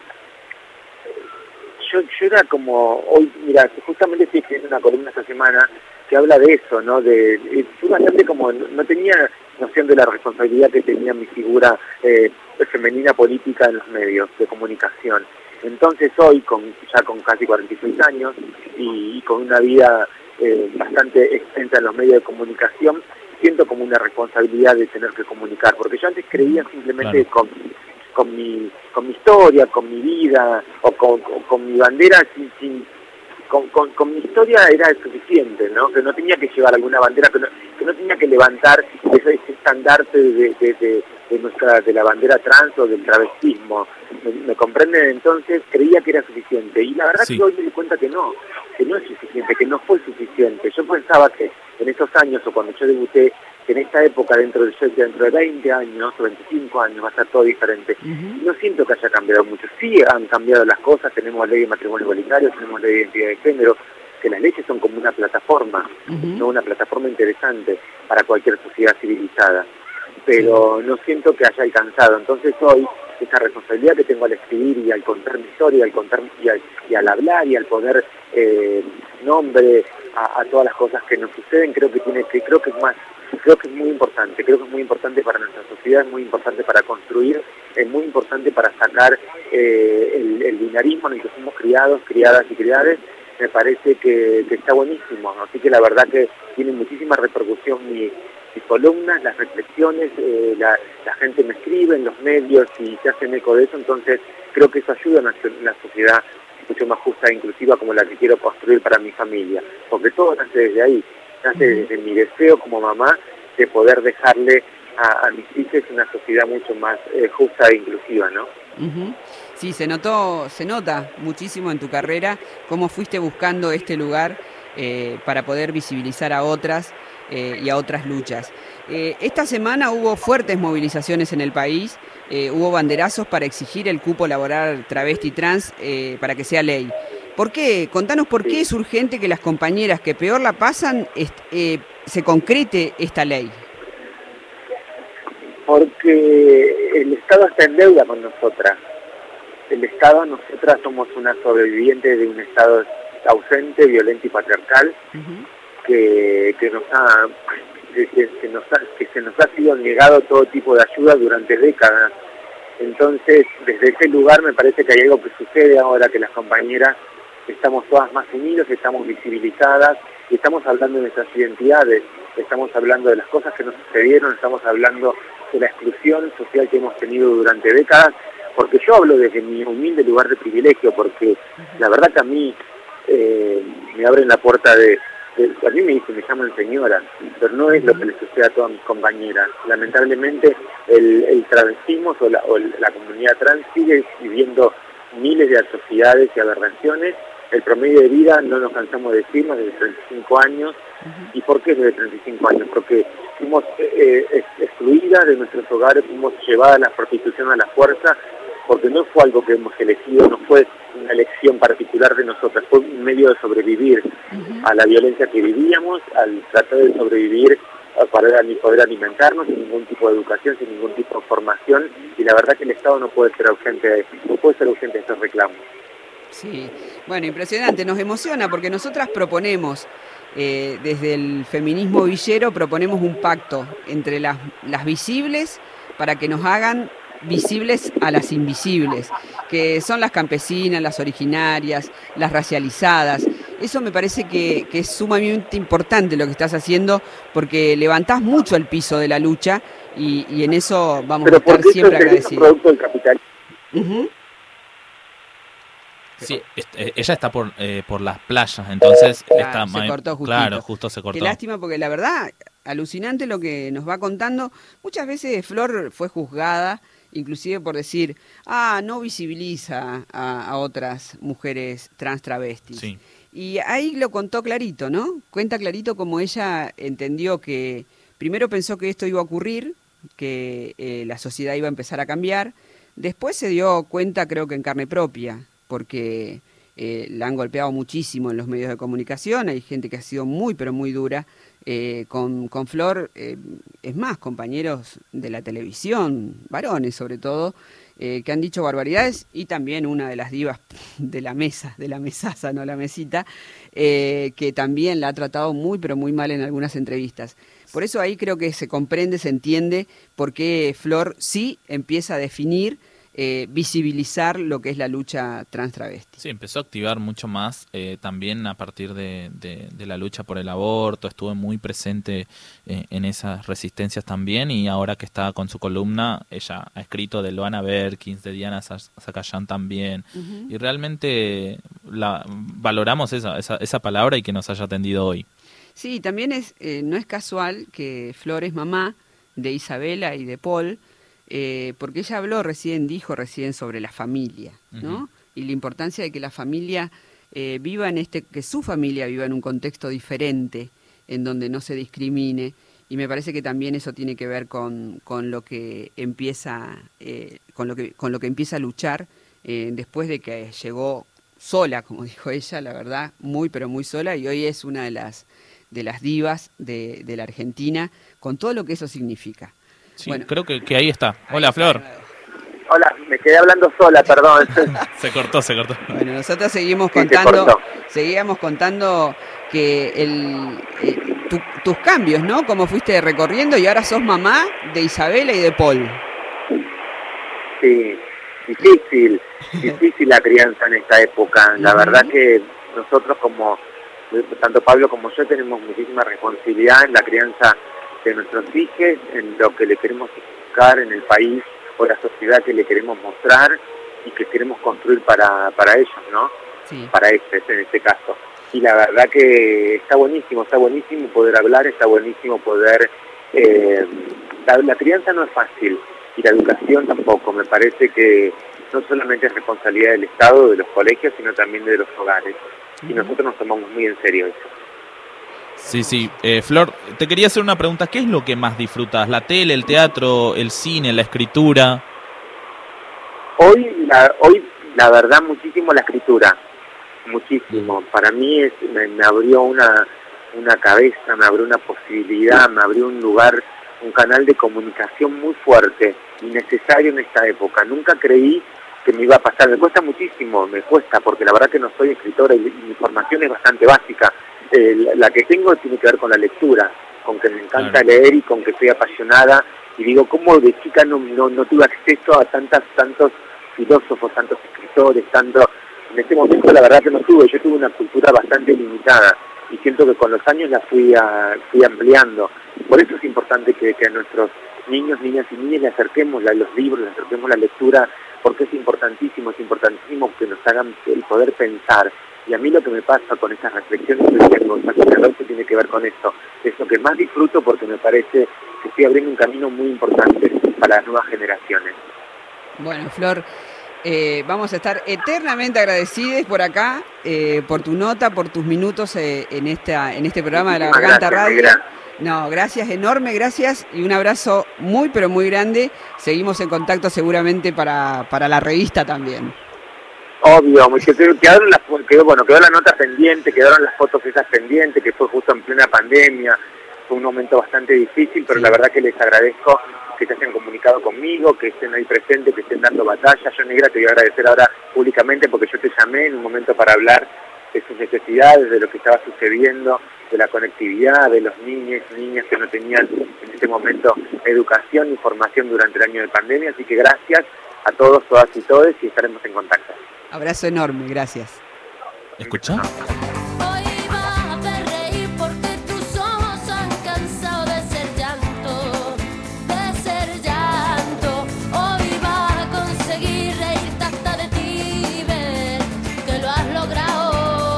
Yo era como, hoy, mira, justamente estoy escribiendo una columna esta semana que habla de eso, ¿no? Fui bastante como, no tenía noción de la responsabilidad que tenía mi figura femenina política en los medios de comunicación. Entonces hoy, ya con casi 46 años y con una vida bastante extensa en los medios de comunicación, siento como una responsabilidad de tener que comunicar, porque yo antes creía simplemente con mi historia, con mi vida o con mi bandera, con mi historia era suficiente, ¿no? Que no tenía que llevar alguna bandera, que no tenía que levantar ese estandarte de la bandera trans o del travestismo. ¿Me comprenden? Entonces creía que era suficiente y la verdad que hoy me di cuenta que no es suficiente, que no fue suficiente. Yo pensaba que en esos años o cuando yo debuté, que en esta época dentro de 20 años o 25 años va a estar todo diferente. No siento que haya cambiado mucho. Sí han cambiado las cosas, tenemos ley de matrimonio igualitario, tenemos ley de identidad de género, que las leyes son como una plataforma, ¿no? Una plataforma interesante para cualquier sociedad civilizada. pero no siento que haya alcanzado. Entonces hoy, esa responsabilidad que tengo al escribir y al contar mi historia, y al hablar y al poner nombre a todas las cosas que nos suceden, creo que es muy importante para nuestra sociedad, es muy importante para construir, es muy importante para sacar el binarismo en el que somos criados, criadas y criades. Me parece que está buenísimo, así que la verdad que tiene muchísima repercusión mis columnas, las reflexiones, la gente me escribe en los medios y se hacen eco de eso, entonces creo que eso ayuda a una sociedad mucho más justa e inclusiva como la que quiero construir para mi familia, porque todo nace desde ahí, nace desde mi deseo como mamá de poder dejarle a mis hijos una sociedad mucho más justa e inclusiva, ¿no? Sí, se nota muchísimo en tu carrera cómo fuiste buscando este lugar para poder visibilizar a otras y a otras luchas. Esta semana hubo fuertes movilizaciones en el país, hubo banderazos para exigir el cupo laboral travesti trans para que sea ley. ¿Por qué? Contanos por qué es urgente que las compañeras que peor la pasan se concrete esta ley. Porque el Estado está en deuda con nosotras. Nosotras somos una sobreviviente de un Estado ausente, violento y patriarcal, que se nos ha sido negado todo tipo de ayuda durante décadas. Entonces, desde ese lugar me parece que hay algo que sucede ahora, que las compañeras estamos todas más unidas, estamos visibilizadas y estamos hablando de nuestras identidades, estamos hablando de las cosas que nos sucedieron, estamos hablando de la exclusión social que hemos tenido durante décadas, porque yo hablo desde mi humilde lugar de privilegio, porque la verdad que a mí me abren la puerta a mí me llaman señora, pero no es lo que le sucede a todas mis compañeras. Lamentablemente el travestismo o la comunidad trans sigue viviendo miles de atrocidades y aberraciones. El promedio de vida, no nos cansamos de decirnos, desde 35 años. ¿Y por qué desde 35 años? Porque fuimos excluidas de nuestros hogares, fuimos llevadas a la prostitución a la fuerza, porque no fue algo que hemos elegido, no fue una elección particular de nosotras, fue un medio de sobrevivir a la violencia que vivíamos, al tratar de sobrevivir para poder alimentarnos sin ningún tipo de educación, sin ningún tipo de formación, y la verdad que el Estado no puede ser ausente de estos reclamos. Sí, bueno, impresionante, nos emociona porque nosotras proponemos, desde el feminismo villero, proponemos un pacto entre las visibles para que nos hagan visibles a las invisibles, que son las campesinas, las originarias, las racializadas. Eso me parece que es sumamente importante lo que estás haciendo, porque levantás mucho el piso de la lucha y en eso vamos a estar siempre agradecidos. Producto del capitalismo. Sí, ella está por las playas, entonces claro, se cortó justito. Claro, justo se cortó. Qué lástima, porque la verdad, alucinante lo que nos va contando. Muchas veces Flor fue juzgada, inclusive por decir, no visibiliza a otras mujeres trans travestis. Sí. Y ahí lo contó clarito, ¿no? Cuenta clarito cómo ella entendió que primero pensó que esto iba a ocurrir, que la sociedad iba a empezar a cambiar. Después se dio cuenta, creo que en carne propia, porque la han golpeado muchísimo en los medios de comunicación. Hay gente que ha sido muy, pero muy dura con Flor. Es más, compañeros de la televisión, varones sobre todo, que han dicho barbaridades, y también una de las divas de la mesaza, no la mesita, que también la ha tratado muy, pero muy mal en algunas entrevistas. Por eso ahí creo que se comprende, se entiende por qué Flor sí empieza a definir, visibilizar lo que es la lucha trans travesti. Sí, empezó a activar mucho más también a partir de la lucha por el aborto, estuvo muy presente en esas resistencias también, y ahora que está con su columna, ella ha escrito de Loana Berkins, de Diana Zacayán también, y realmente valoramos esa palabra y que nos haya atendido hoy. Sí, también no es casual que Flor es mamá de Isabela y de Paul, porque ella dijo recién sobre la familia, ¿no? Y la importancia de que la familia viva que su familia viva en un contexto diferente, en donde no se discrimine, y me parece que también eso tiene que ver con lo que empieza con lo que empieza a luchar después de que llegó sola, como dijo ella, la verdad, muy pero muy sola, y hoy es una de las divas de la Argentina, con todo lo que eso significa. Sí, Bueno. creo que ahí está. Hola, Flor. Hola, me quedé hablando sola, perdón. Se cortó. Bueno, nosotros seguimos Sí, se contando, cortó. seguíamos contando que tus cambios, ¿no? Cómo fuiste recorriendo y ahora sos mamá de Isabela y de Paul. Sí, difícil la crianza en esta época. La verdad que nosotros como, tanto Pablo como yo, tenemos muchísima responsabilidad en la crianza de nuestros hijos, en lo que le queremos buscar en el país o la sociedad que le queremos mostrar y que queremos construir para ellos, ¿no? Sí. Para en este caso. Y la verdad que está buenísimo poder hablar, está buenísimo poder... la crianza no es fácil y la educación tampoco. Me parece que no solamente es responsabilidad del Estado, de los colegios, sino también de los hogares. Y nosotros nos tomamos muy en serio eso. Sí. Flor, te quería hacer una pregunta. ¿Qué es lo que más disfrutas? ¿La tele, el teatro, el cine, la escritura? Hoy la verdad, muchísimo la escritura. Muchísimo. Para mí me abrió una cabeza, me abrió una posibilidad, me abrió un lugar, un canal de comunicación muy fuerte y necesario en esta época. Nunca creí que me iba a pasar. Me cuesta muchísimo, porque la verdad que no soy escritora y mi formación es bastante básica. La que tengo tiene que ver con la lectura, con que me encanta leer y con que soy apasionada. Y digo, ¿cómo de chica no tuve acceso a tantos filósofos, tantos escritores, En este momento la verdad que no tuve. Yo tuve una cultura bastante limitada y siento que con los años la fui ampliando. Por eso es importante que a nuestros niños, niñas y niñas le acerquemos los libros, le acerquemos la lectura, porque es importantísimo que nos hagan el poder pensar. Y a mí lo que me pasa con estas reflexiones que tengo, que tiene que ver con esto, es lo que más disfruto porque me parece que estoy abriendo un camino muy importante para las nuevas generaciones. Bueno, Flor, vamos a estar eternamente agradecidos por acá, por tu nota, por tus minutos en este programa de La Garganta Radio. No, gracias, enorme, gracias y un abrazo muy, pero muy grande. Seguimos en contacto seguramente para la revista también. Obvio, quedó la nota pendiente, quedaron las fotos esas pendientes, que fue justo en plena pandemia, fue un momento bastante difícil, pero la verdad que les agradezco que se hayan comunicado conmigo, que estén ahí presentes, que estén dando batalla. Yo, Negra, te voy a agradecer ahora públicamente porque yo te llamé en un momento para hablar de sus necesidades, de lo que estaba sucediendo, de la conectividad, de los niños y niñas que no tenían en este momento educación y formación durante el año de pandemia, así que gracias a todos, todas y todes y estaremos en contacto. Abrazo enorme, gracias. ¿Escuchá? Hoy vas a reír porque tus ojos han cansado de ser llanto, Hoy vas a conseguir reírte hasta de ti, ver que lo has logrado.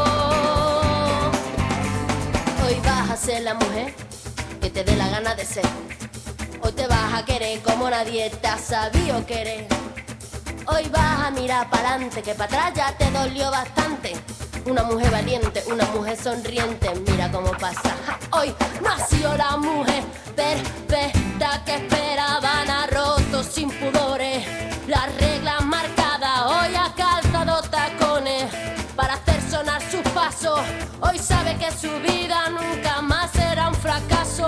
Hoy vas a ser la mujer que te dé la gana de ser. Hoy te vas a querer como nadie te ha sabido querer. Hoy vas a mirar para adelante, que para atrás ya te dolió bastante. Una mujer valiente, una mujer sonriente, mira cómo pasa. Hoy nació la mujer perfecta que esperaban, ha roto sin pudores las reglas marcadas. Hoy ha calzado tacones para hacer sonar sus pasos. Hoy sabe que su vida nunca más será un fracaso.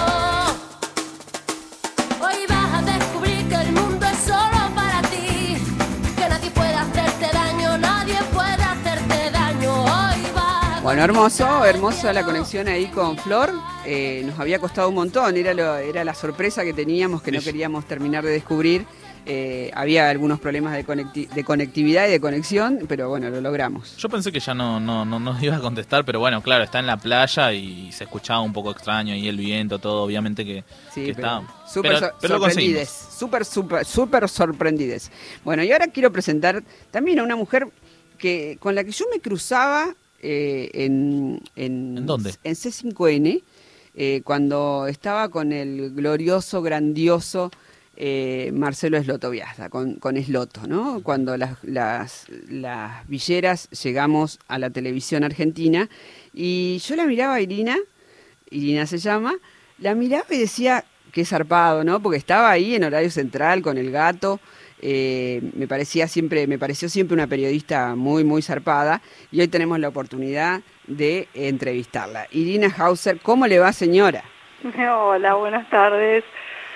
Hoy vas a descubrir que el mundo es solo para ti, que nadie puede hacerte daño, nadie puede hacerte daño. Hoy vas. Bueno, hermoso la conexión ahí con Flor. Nos había costado un montón, era la sorpresa que teníamos, que no queríamos terminar de descubrir. Había algunos problemas de conectividad y de conexión, pero bueno, lo logramos. Yo pensé que ya no nos iba a contestar, pero bueno, claro, está en la playa y se escuchaba un poco extraño y el viento, todo, obviamente que está. Súper sorprendides, súper sorprendides. Bueno, y ahora quiero presentar también a una mujer con la que yo me cruzaba ¿En dónde? En C5N, cuando estaba con el glorioso, grandioso Marcelo Esloto Biasda, con Esloto, ¿no? Cuando las villeras llegamos a la televisión argentina, y yo la miraba a Irina se llama, la miraba y decía, qué zarpado, ¿no? Porque estaba ahí en horario central con el gato. Me pareció siempre una periodista muy, muy zarpada, y hoy tenemos la oportunidad de entrevistarla. Irina Hauser, ¿cómo le va, señora? Hola, buenas tardes.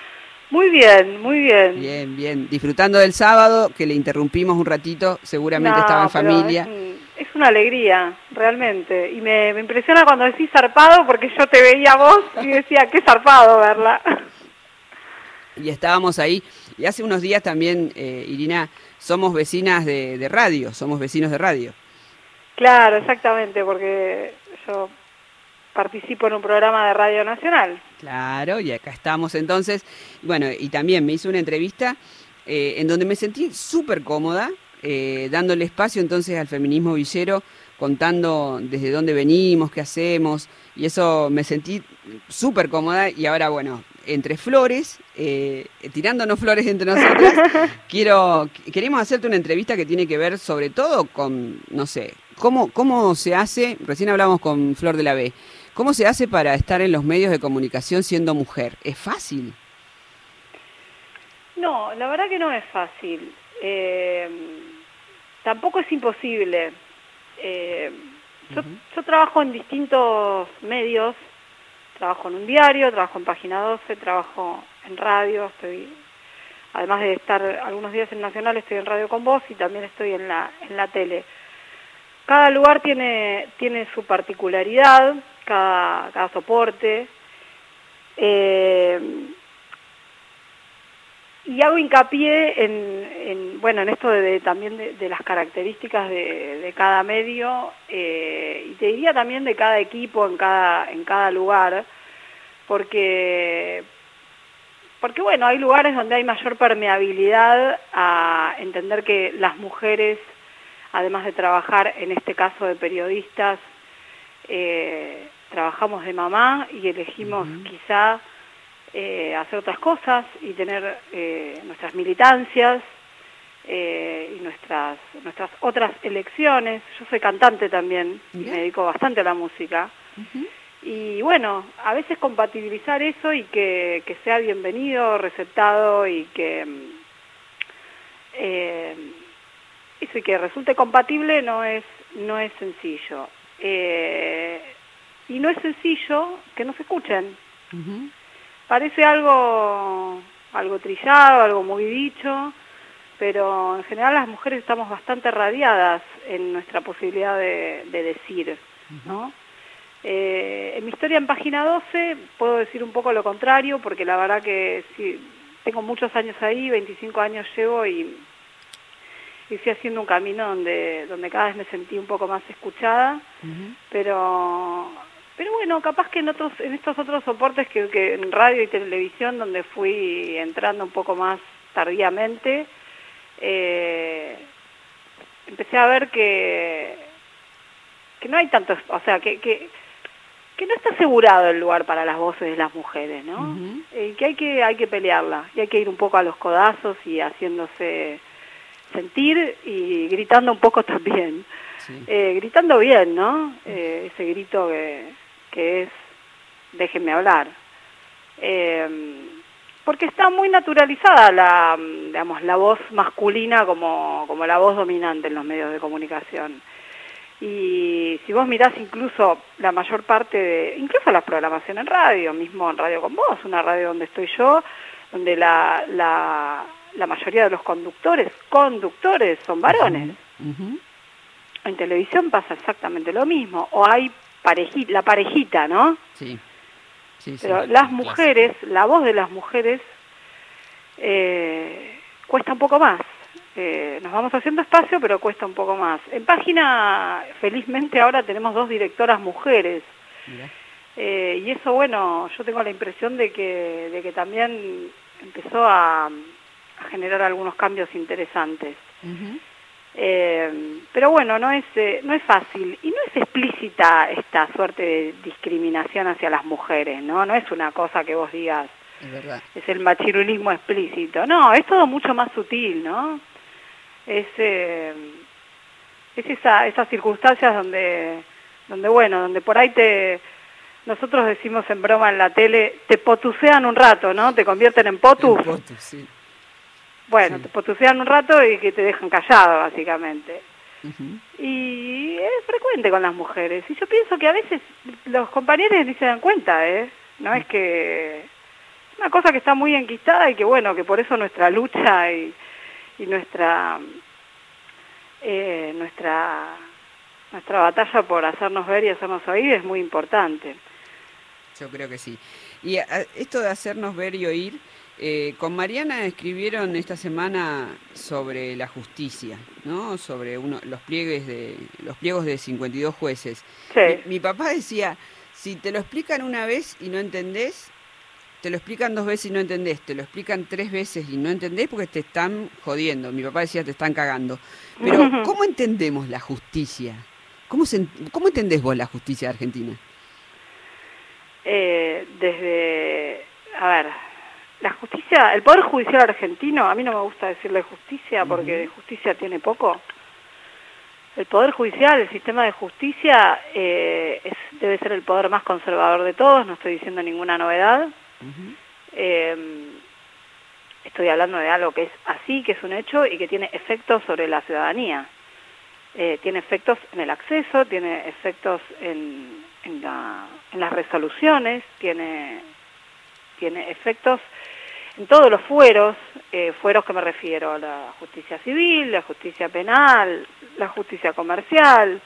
Muy bien, muy bien. Bien, bien. Disfrutando del sábado, que le interrumpimos un ratito, seguramente estaba en pero familia. Es una alegría, realmente. Y me impresiona cuando decís zarpado, porque yo te veía a vos y decía, qué zarpado verla. Y estábamos ahí. Y hace unos días también, Irina, somos vecinas de radio, somos vecinos de radio. Claro, exactamente, porque yo participo en un programa de Radio Nacional. Claro, y acá estamos entonces. Bueno, y también me hizo una entrevista en donde me sentí súper cómoda, dándole espacio entonces al feminismo villero, contando desde dónde venimos, qué hacemos, y eso me sentí súper cómoda. Y ahora, bueno, entre flores, tirándonos flores entre nosotras, queremos hacerte una entrevista que tiene que ver sobre todo con, no sé, cómo se hace, recién hablamos con Flor de la B, ¿cómo se hace para estar en los medios de comunicación siendo mujer? ¿Es fácil? No, la verdad que no es fácil. Tampoco es imposible. Yo trabajo en distintos medios, trabajo en un diario, trabajo en Página 12, trabajo en radio, además de estar algunos días en Nacional, estoy en Radio con Vos y también estoy en la tele. Cada lugar tiene su particularidad, cada soporte, y hago hincapié en esto también de las características de cada medio, y te diría también de cada equipo en cada lugar, porque bueno, hay lugares donde hay mayor permeabilidad a entender que las mujeres, además de trabajar, en este caso de periodistas, trabajamos de mamá y elegimos quizá hacer otras cosas y tener nuestras militancias y nuestras otras elecciones. Yo soy cantante también, y me dedico bastante a la música. Y bueno, a veces compatibilizar eso y que sea bienvenido, receptado y que eso, y que resulte compatible no es sencillo. Y no es sencillo que no se escuchen. Parece algo trillado, algo muy dicho, pero en general las mujeres estamos bastante radiadas en nuestra posibilidad de decir, ¿no? En mi historia en Página 12 puedo decir un poco lo contrario, porque la verdad que sí, tengo muchos años ahí, 25 años llevo y fui haciendo un camino donde cada vez me sentí un poco más escuchada, pero bueno, capaz que en estos otros soportes que en radio y televisión, donde fui entrando un poco más tardíamente, empecé a ver que no hay tantos, o sea, que no está asegurado el lugar para las voces de las mujeres, ¿no? Que hay que pelearla, y hay que ir un poco a los codazos y haciéndose sentir y gritando un poco también. Gritando bien, ¿no? Ese grito que es déjenme hablar. Porque está muy naturalizada la voz masculina como la voz dominante en los medios de comunicación. Y si vos mirás incluso la mayor parte incluso las programaciones en radio, mismo en Radio con Vos, una radio donde estoy yo, donde la mayoría de los conductores son varones. En televisión pasa exactamente lo mismo, o hay la parejita, ¿no? Sí. Pero las mujeres, la voz de las mujeres cuesta un poco más. Nos vamos haciendo espacio, pero cuesta un poco más. En Página, felizmente ahora tenemos 2 directoras mujeres. Y eso, bueno, yo tengo la impresión de que también empezó a generar algunos cambios interesantes. Pero bueno, no es fácil y no es explícita esta suerte de discriminación hacia las mujeres, ¿no? No es una cosa que vos digas, es verdad, es el machirulismo explícito. No, es todo mucho más sutil, ¿no? Es esas circunstancias donde por ahí nosotros decimos en broma en la tele, te potusean un rato, ¿no? Te convierten en potus. Sí. Bueno, te potusean un rato y que te dejan callado, básicamente. Y es frecuente con las mujeres. Y yo pienso que a veces los compañeros ni se dan cuenta, ¿eh? No es que una cosa que está muy enquistada y que bueno, que por eso nuestra lucha y nuestra batalla por hacernos ver y hacernos oír es muy importante. Yo creo que sí. Y esto de hacernos ver y oír, con Mariana escribieron esta semana sobre la justicia, ¿no? Sobre los pliegos de 52 jueces. Sí. Mi papá decía, si te lo explican una vez y no entendés, te lo explican 2 veces y no entendés, te lo explican 3 veces y no entendés porque te están jodiendo. Mi papá decía, te están cagando. Pero, ¿cómo entendemos la justicia? ¿Cómo entendés vos la justicia argentina? La justicia, el Poder Judicial argentino, a mí no me gusta decirle justicia porque de justicia tiene poco. El Poder Judicial, el sistema de justicia, debe ser el poder más conservador de todos, no estoy diciendo ninguna novedad. Estoy hablando de algo que es así, que es un hecho y que tiene efectos sobre la ciudadanía. Tiene efectos en el acceso, tiene efectos en las resoluciones, tiene efectos en todos los fueros que me refiero, a la justicia civil, la justicia penal, la justicia comercial.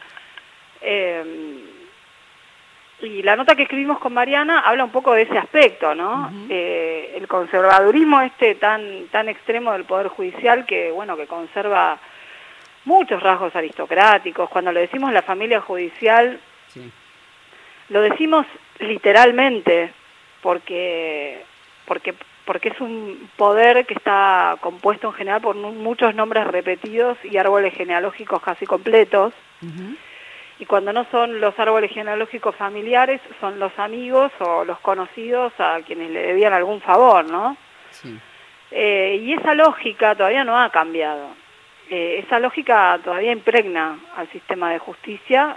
Y la nota que escribimos con Mariana habla un poco de ese aspecto, ¿no? El conservadurismo tan extremo del Poder Judicial que conserva muchos rasgos aristocráticos. Cuando le decimos la familia judicial, sí, lo decimos literalmente porque es un poder que está compuesto en general por muchos nombres repetidos y árboles genealógicos casi completos. Y cuando no son los árboles genealógicos familiares, son los amigos o los conocidos a quienes le debían algún favor, ¿no? Sí. Y esa lógica todavía no ha cambiado. Esa lógica todavía impregna al sistema de justicia.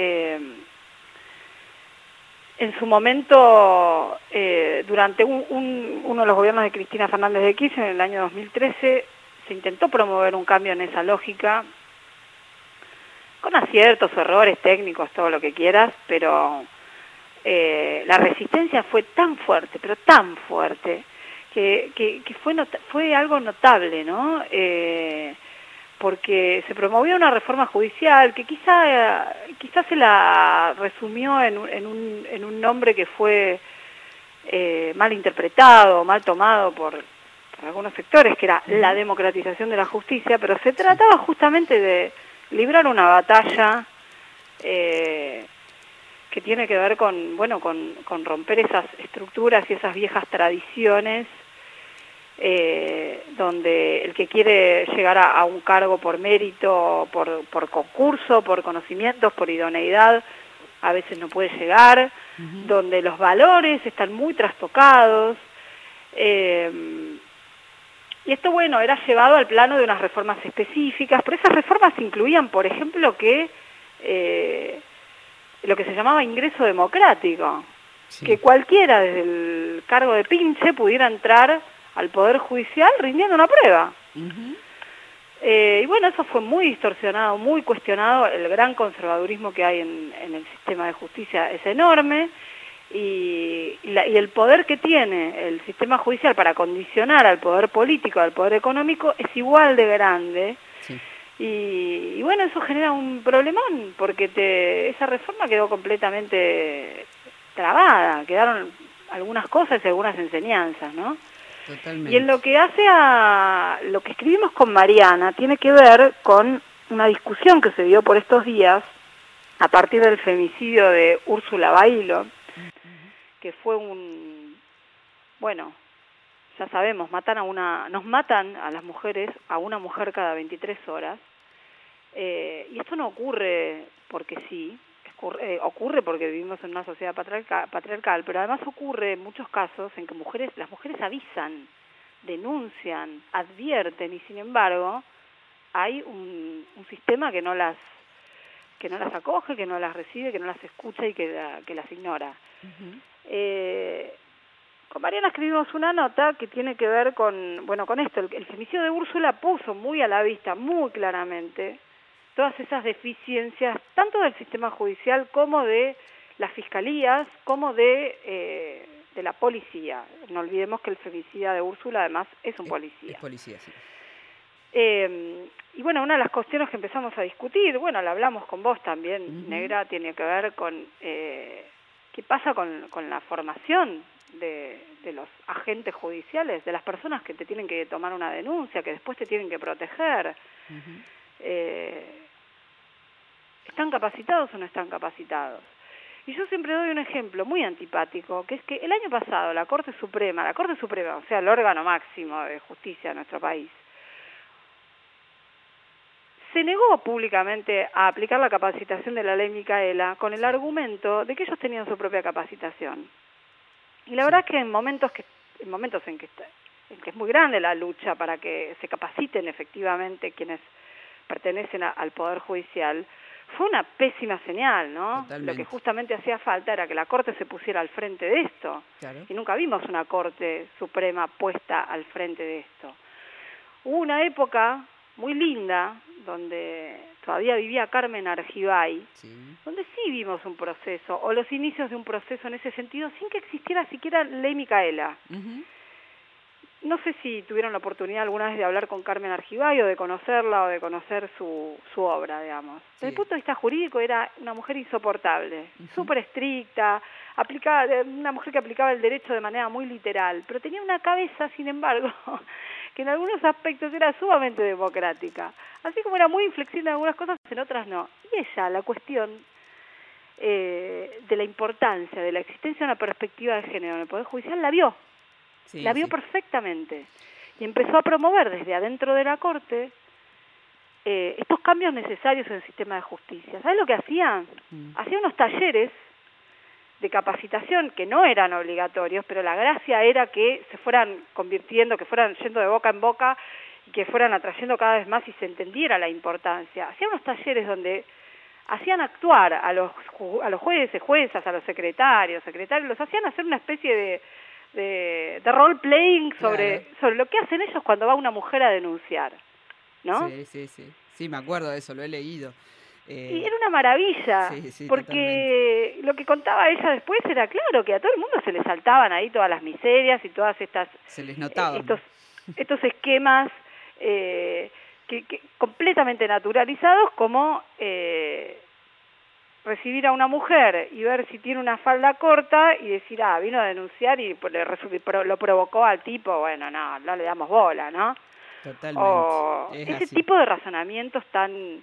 En su momento, durante uno de los gobiernos de Cristina Fernández de Kirchner, en el año 2013, se intentó promover un cambio en esa lógica, con aciertos, errores técnicos, todo lo que quieras, pero la resistencia fue tan fuerte, pero tan fuerte, que fue algo notable, ¿no? Porque se promovió una reforma judicial que quizá se la resumió en un nombre que fue mal interpretado, mal tomado por algunos sectores, que era la democratización de la justicia, pero se trataba justamente de librar una batalla que tiene que ver con romper esas estructuras y esas viejas tradiciones donde el que quiere llegar a un cargo por mérito, por concurso, por conocimientos, por idoneidad, a veces no puede llegar, donde los valores están muy trastocados. Y esto, era llevado al plano de unas reformas específicas, pero esas reformas incluían, por ejemplo, que lo que se llamaba ingreso democrático, sí, que cualquiera desde el cargo de pinche pudiera entrar al Poder Judicial rindiendo una prueba. Y eso fue muy distorsionado, muy cuestionado. El gran conservadurismo que hay en el sistema de justicia es enorme, y el poder que tiene el sistema judicial para condicionar al poder político, al poder económico, es igual de grande. Sí. Y eso genera un problemón, porque esa reforma quedó completamente trabada, quedaron algunas cosas y algunas enseñanzas, ¿no? Totalmente. Y en lo que hace a lo que escribimos con Mariana, tiene que ver con una discusión que se dio por estos días a partir del femicidio de Úrsula Bailo, que fue ya sabemos, nos matan a las mujeres, a una mujer cada 23 horas, y esto no ocurre porque sí, ocurre porque vivimos en una sociedad patriarcal, pero además ocurre en muchos casos en que las mujeres avisan, denuncian, advierten, y sin embargo hay un sistema que no las acoge, que no las recibe, que no las escucha y que las ignora. Con Mariana escribimos una nota que tiene que ver con esto. El femicidio de Úrsula puso muy a la vista, muy claramente, todas esas deficiencias, tanto del sistema judicial como de las fiscalías, como de de la policía. No olvidemos que el femicida de Úrsula además es un policía. Es policía, sí. Y bueno, una de las cuestiones que empezamos a discutir, bueno, la hablamos con vos también, Negra, tiene que ver con qué pasa con la formación de los agentes judiciales, de las personas que te tienen que tomar una denuncia, que después te tienen que proteger. ¿Están capacitados o no están capacitados? Y yo siempre doy un ejemplo muy antipático, que es que el año pasado la Corte Suprema, o sea, el órgano máximo de justicia de nuestro país, se negó públicamente a aplicar la capacitación de la ley Micaela con el argumento de que ellos tenían su propia capacitación. Y la verdad es que en momentos en que es muy grande la lucha para que se capaciten efectivamente quienes pertenecen al Poder Judicial, fue una pésima señal, ¿no? Totalmente. Lo que justamente hacía falta era que la Corte se pusiera al frente de esto. Claro. Y nunca vimos una Corte Suprema puesta al frente de esto. Hubo una época muy linda, donde todavía vivía Carmen Argibay, donde sí vimos un proceso, o los inicios de un proceso en ese sentido, sin que existiera siquiera ley Micaela. No sé si tuvieron la oportunidad alguna vez de hablar con Carmen Argibay, o de conocerla, o de conocer su obra, digamos. Desde el punto de vista jurídico era una mujer insoportable, súper estricta, una mujer que aplicaba el derecho de manera muy literal, pero tenía una cabeza, sin embargo, que en algunos aspectos era sumamente democrática. Así como era muy inflexible en algunas cosas, en otras no. Y ella, la cuestión de la importancia de la existencia de una perspectiva de género en el Poder Judicial, la vio. La vio perfectamente. Y empezó a promover desde adentro de la Corte estos cambios necesarios en el sistema de justicia. ¿Sabes lo que hacían? Hacían unos talleres de capacitación que no eran obligatorios, pero la gracia era que se fueran convirtiendo, que fueran yendo de boca en boca y que fueran atrayendo cada vez más y se entendiera la importancia. Hacían unos talleres donde hacían actuar a los jueces, juezas, a los secretarios, los hacían hacer una especie de role-playing sobre lo que hacen ellos cuando va una mujer a denunciar, ¿no? Sí, me acuerdo de eso, lo he leído. Y era una maravilla, porque totalmente. Lo que contaba ella después era claro que a todo el mundo se le saltaban ahí todas las miserias y todas estas... Se les notaba. Estos esquemas que completamente naturalizados, como recibir a una mujer y ver si tiene una falda corta y decir, vino a denunciar y lo provocó al tipo, bueno, no le damos bola, ¿no? Totalmente. O ese tipo de razonamientos tan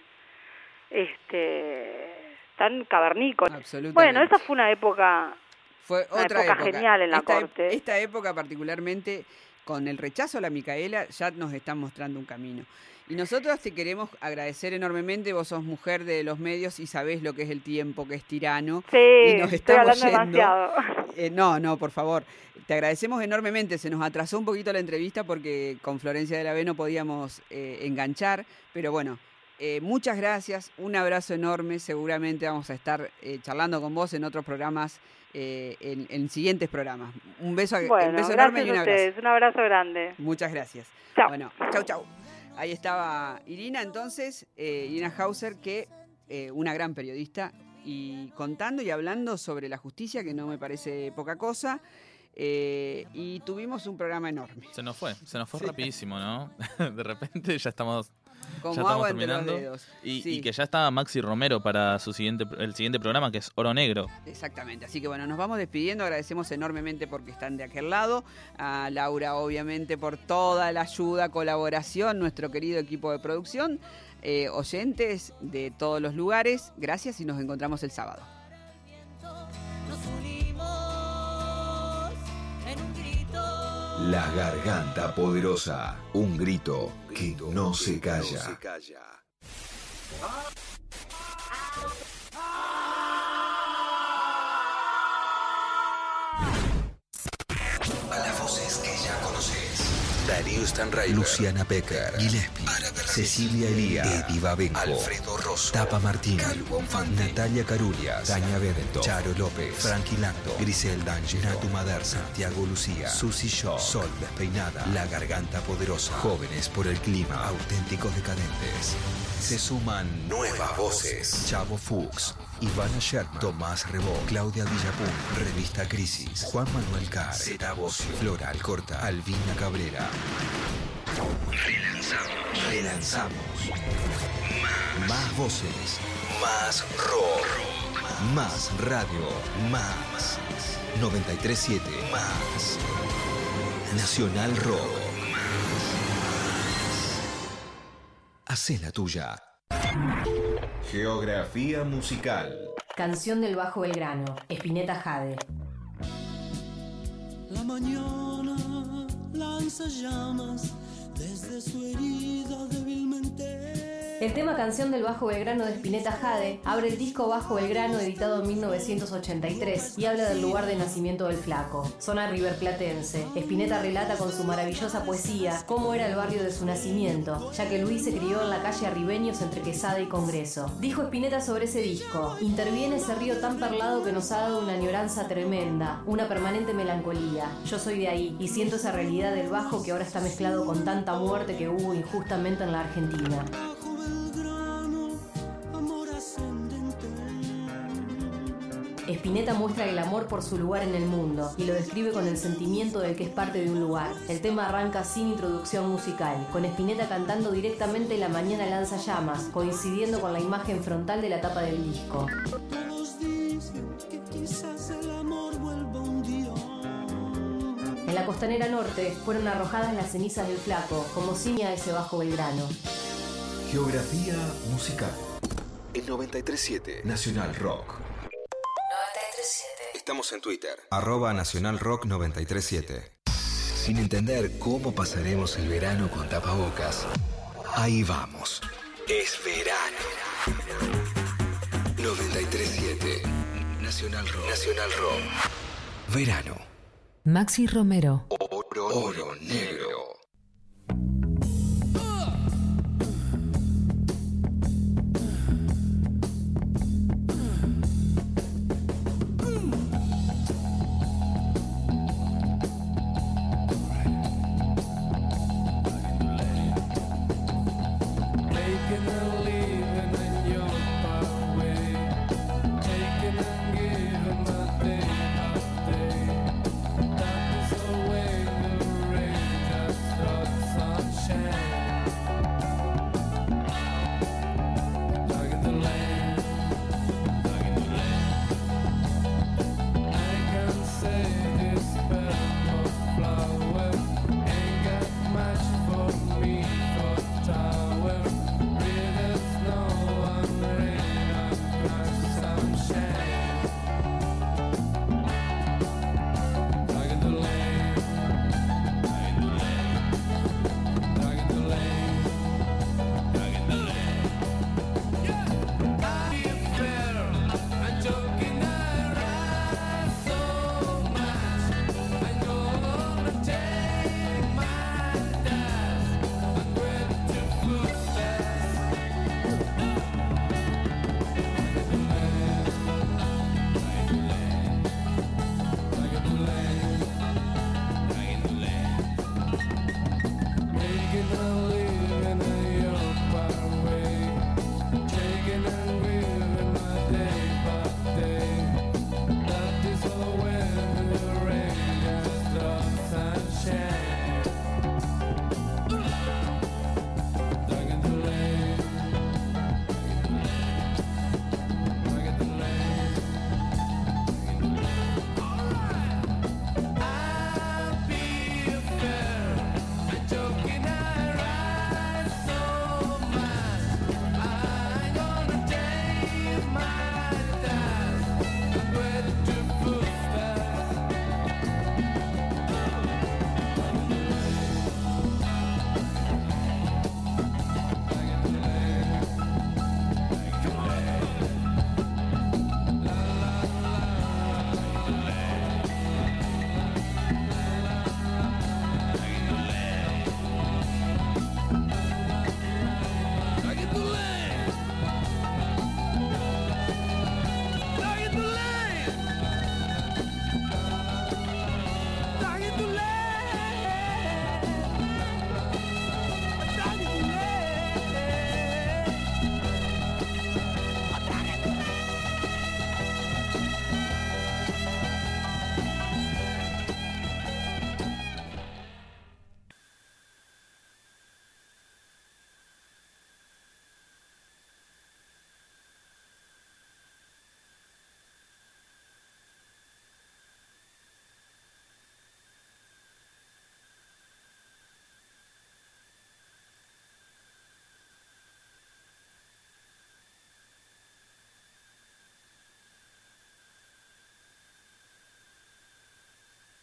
cavernícolas. Bueno, esa fue una época, genial en la Corte. Esta época particularmente, con el rechazo a la Micaela, ya nos están mostrando un camino. Y nosotros te queremos agradecer enormemente. Vos sos mujer de los medios y sabés lo que es el tiempo, que es tirano. Sí, y nos estoy estamos hablando demasiado. No, por favor. Te agradecemos enormemente. Se nos atrasó un poquito la entrevista porque con Florencia de la B no podíamos enganchar. Pero bueno, muchas gracias. Un abrazo enorme. Seguramente vamos a estar charlando con vos en otros programas, en siguientes programas. Un beso enorme y un abrazo. Un abrazo grande. Muchas gracias. Chao. Bueno, chau. Ahí estaba Irina, entonces, Irina Hauser, que una gran periodista, y contando y hablando sobre la justicia, que no me parece poca cosa, y tuvimos un programa enorme. Se nos fue rapidísimo, ¿no? De repente ya estamos agua terminando. Entre los dedos. Y que ya está Maxi Romero para el siguiente programa, que es Oro Negro. Exactamente, así que bueno, nos vamos despidiendo, agradecemos enormemente porque están de aquel lado, a Laura obviamente por toda la ayuda, colaboración, nuestro querido equipo de producción, oyentes de todos los lugares, gracias y nos encontramos el sábado. La garganta poderosa, un grito que no se calla. A las voces que ya conoces: Darío Stanray, Luciana Pecker, Gillespie, Cecilia Elía, Eddie Babenco, Alfredo Rosso, Tapa Martín, Calvo Infante, Natalia Carulias, Daña Benedetto, Charo López, Frankie Lando, Grisel D'Angelo, Natu Madar, Santiago Lucía, Susi Shaw, Sol Despeinada, La Garganta Poderosa, Jóvenes por el Clima, Auténticos Decadentes. Se suman nuevas voces: Chavo Fuchs, Ivana Sherman, Tomás Rebó, Claudia Villapun, Revista Crisis, Juan Manuel Carr, Zeta Bocio, Flora Alcorta, Albina Cabrera. Relanzamos. Más voces, más rock, más radio, más 93.7, más Nacional Rock. Hacé la tuya. Geografía musical. Canción del Bajo Belgrano, Spinetta Jade. La mañana lanza llamas desde su herida débilmente. El tema Canción del Bajo Belgrano de Spinetta Jade abre el disco Bajo Belgrano editado en 1983 y habla del lugar de nacimiento del Flaco, zona riverplatense. Spinetta relata con su maravillosa poesía cómo era el barrio de su nacimiento, ya que Luis se crió en la calle Arribeños entre Quesada y Congreso. Dijo Spinetta sobre ese disco: interviene ese río tan perlado que nos ha dado una añoranza tremenda, una permanente melancolía. Yo soy de ahí y siento esa realidad del bajo que ahora está mezclado con tanta muerte que hubo injustamente en la Argentina. Spinetta muestra el amor por su lugar en el mundo y lo describe con el sentimiento del que es parte de un lugar. El tema arranca sin introducción musical, con Spinetta cantando directamente La mañana lanza llamas, coincidiendo con la imagen frontal de la tapa del disco. Todos dicen que quizás el amor vuelva un día. En la costanera norte fueron arrojadas las cenizas del Flaco, como ciña ese Bajo Belgrano. Geografía musical. El 93.7 Nacional Rock. Estamos en Twitter, @NacionalRock937. Sin entender cómo pasaremos el verano con tapabocas, ahí vamos. Es verano. 93.7 Nacional Rock. Nacional Rock. Verano. Maxi Romero. Oro negro.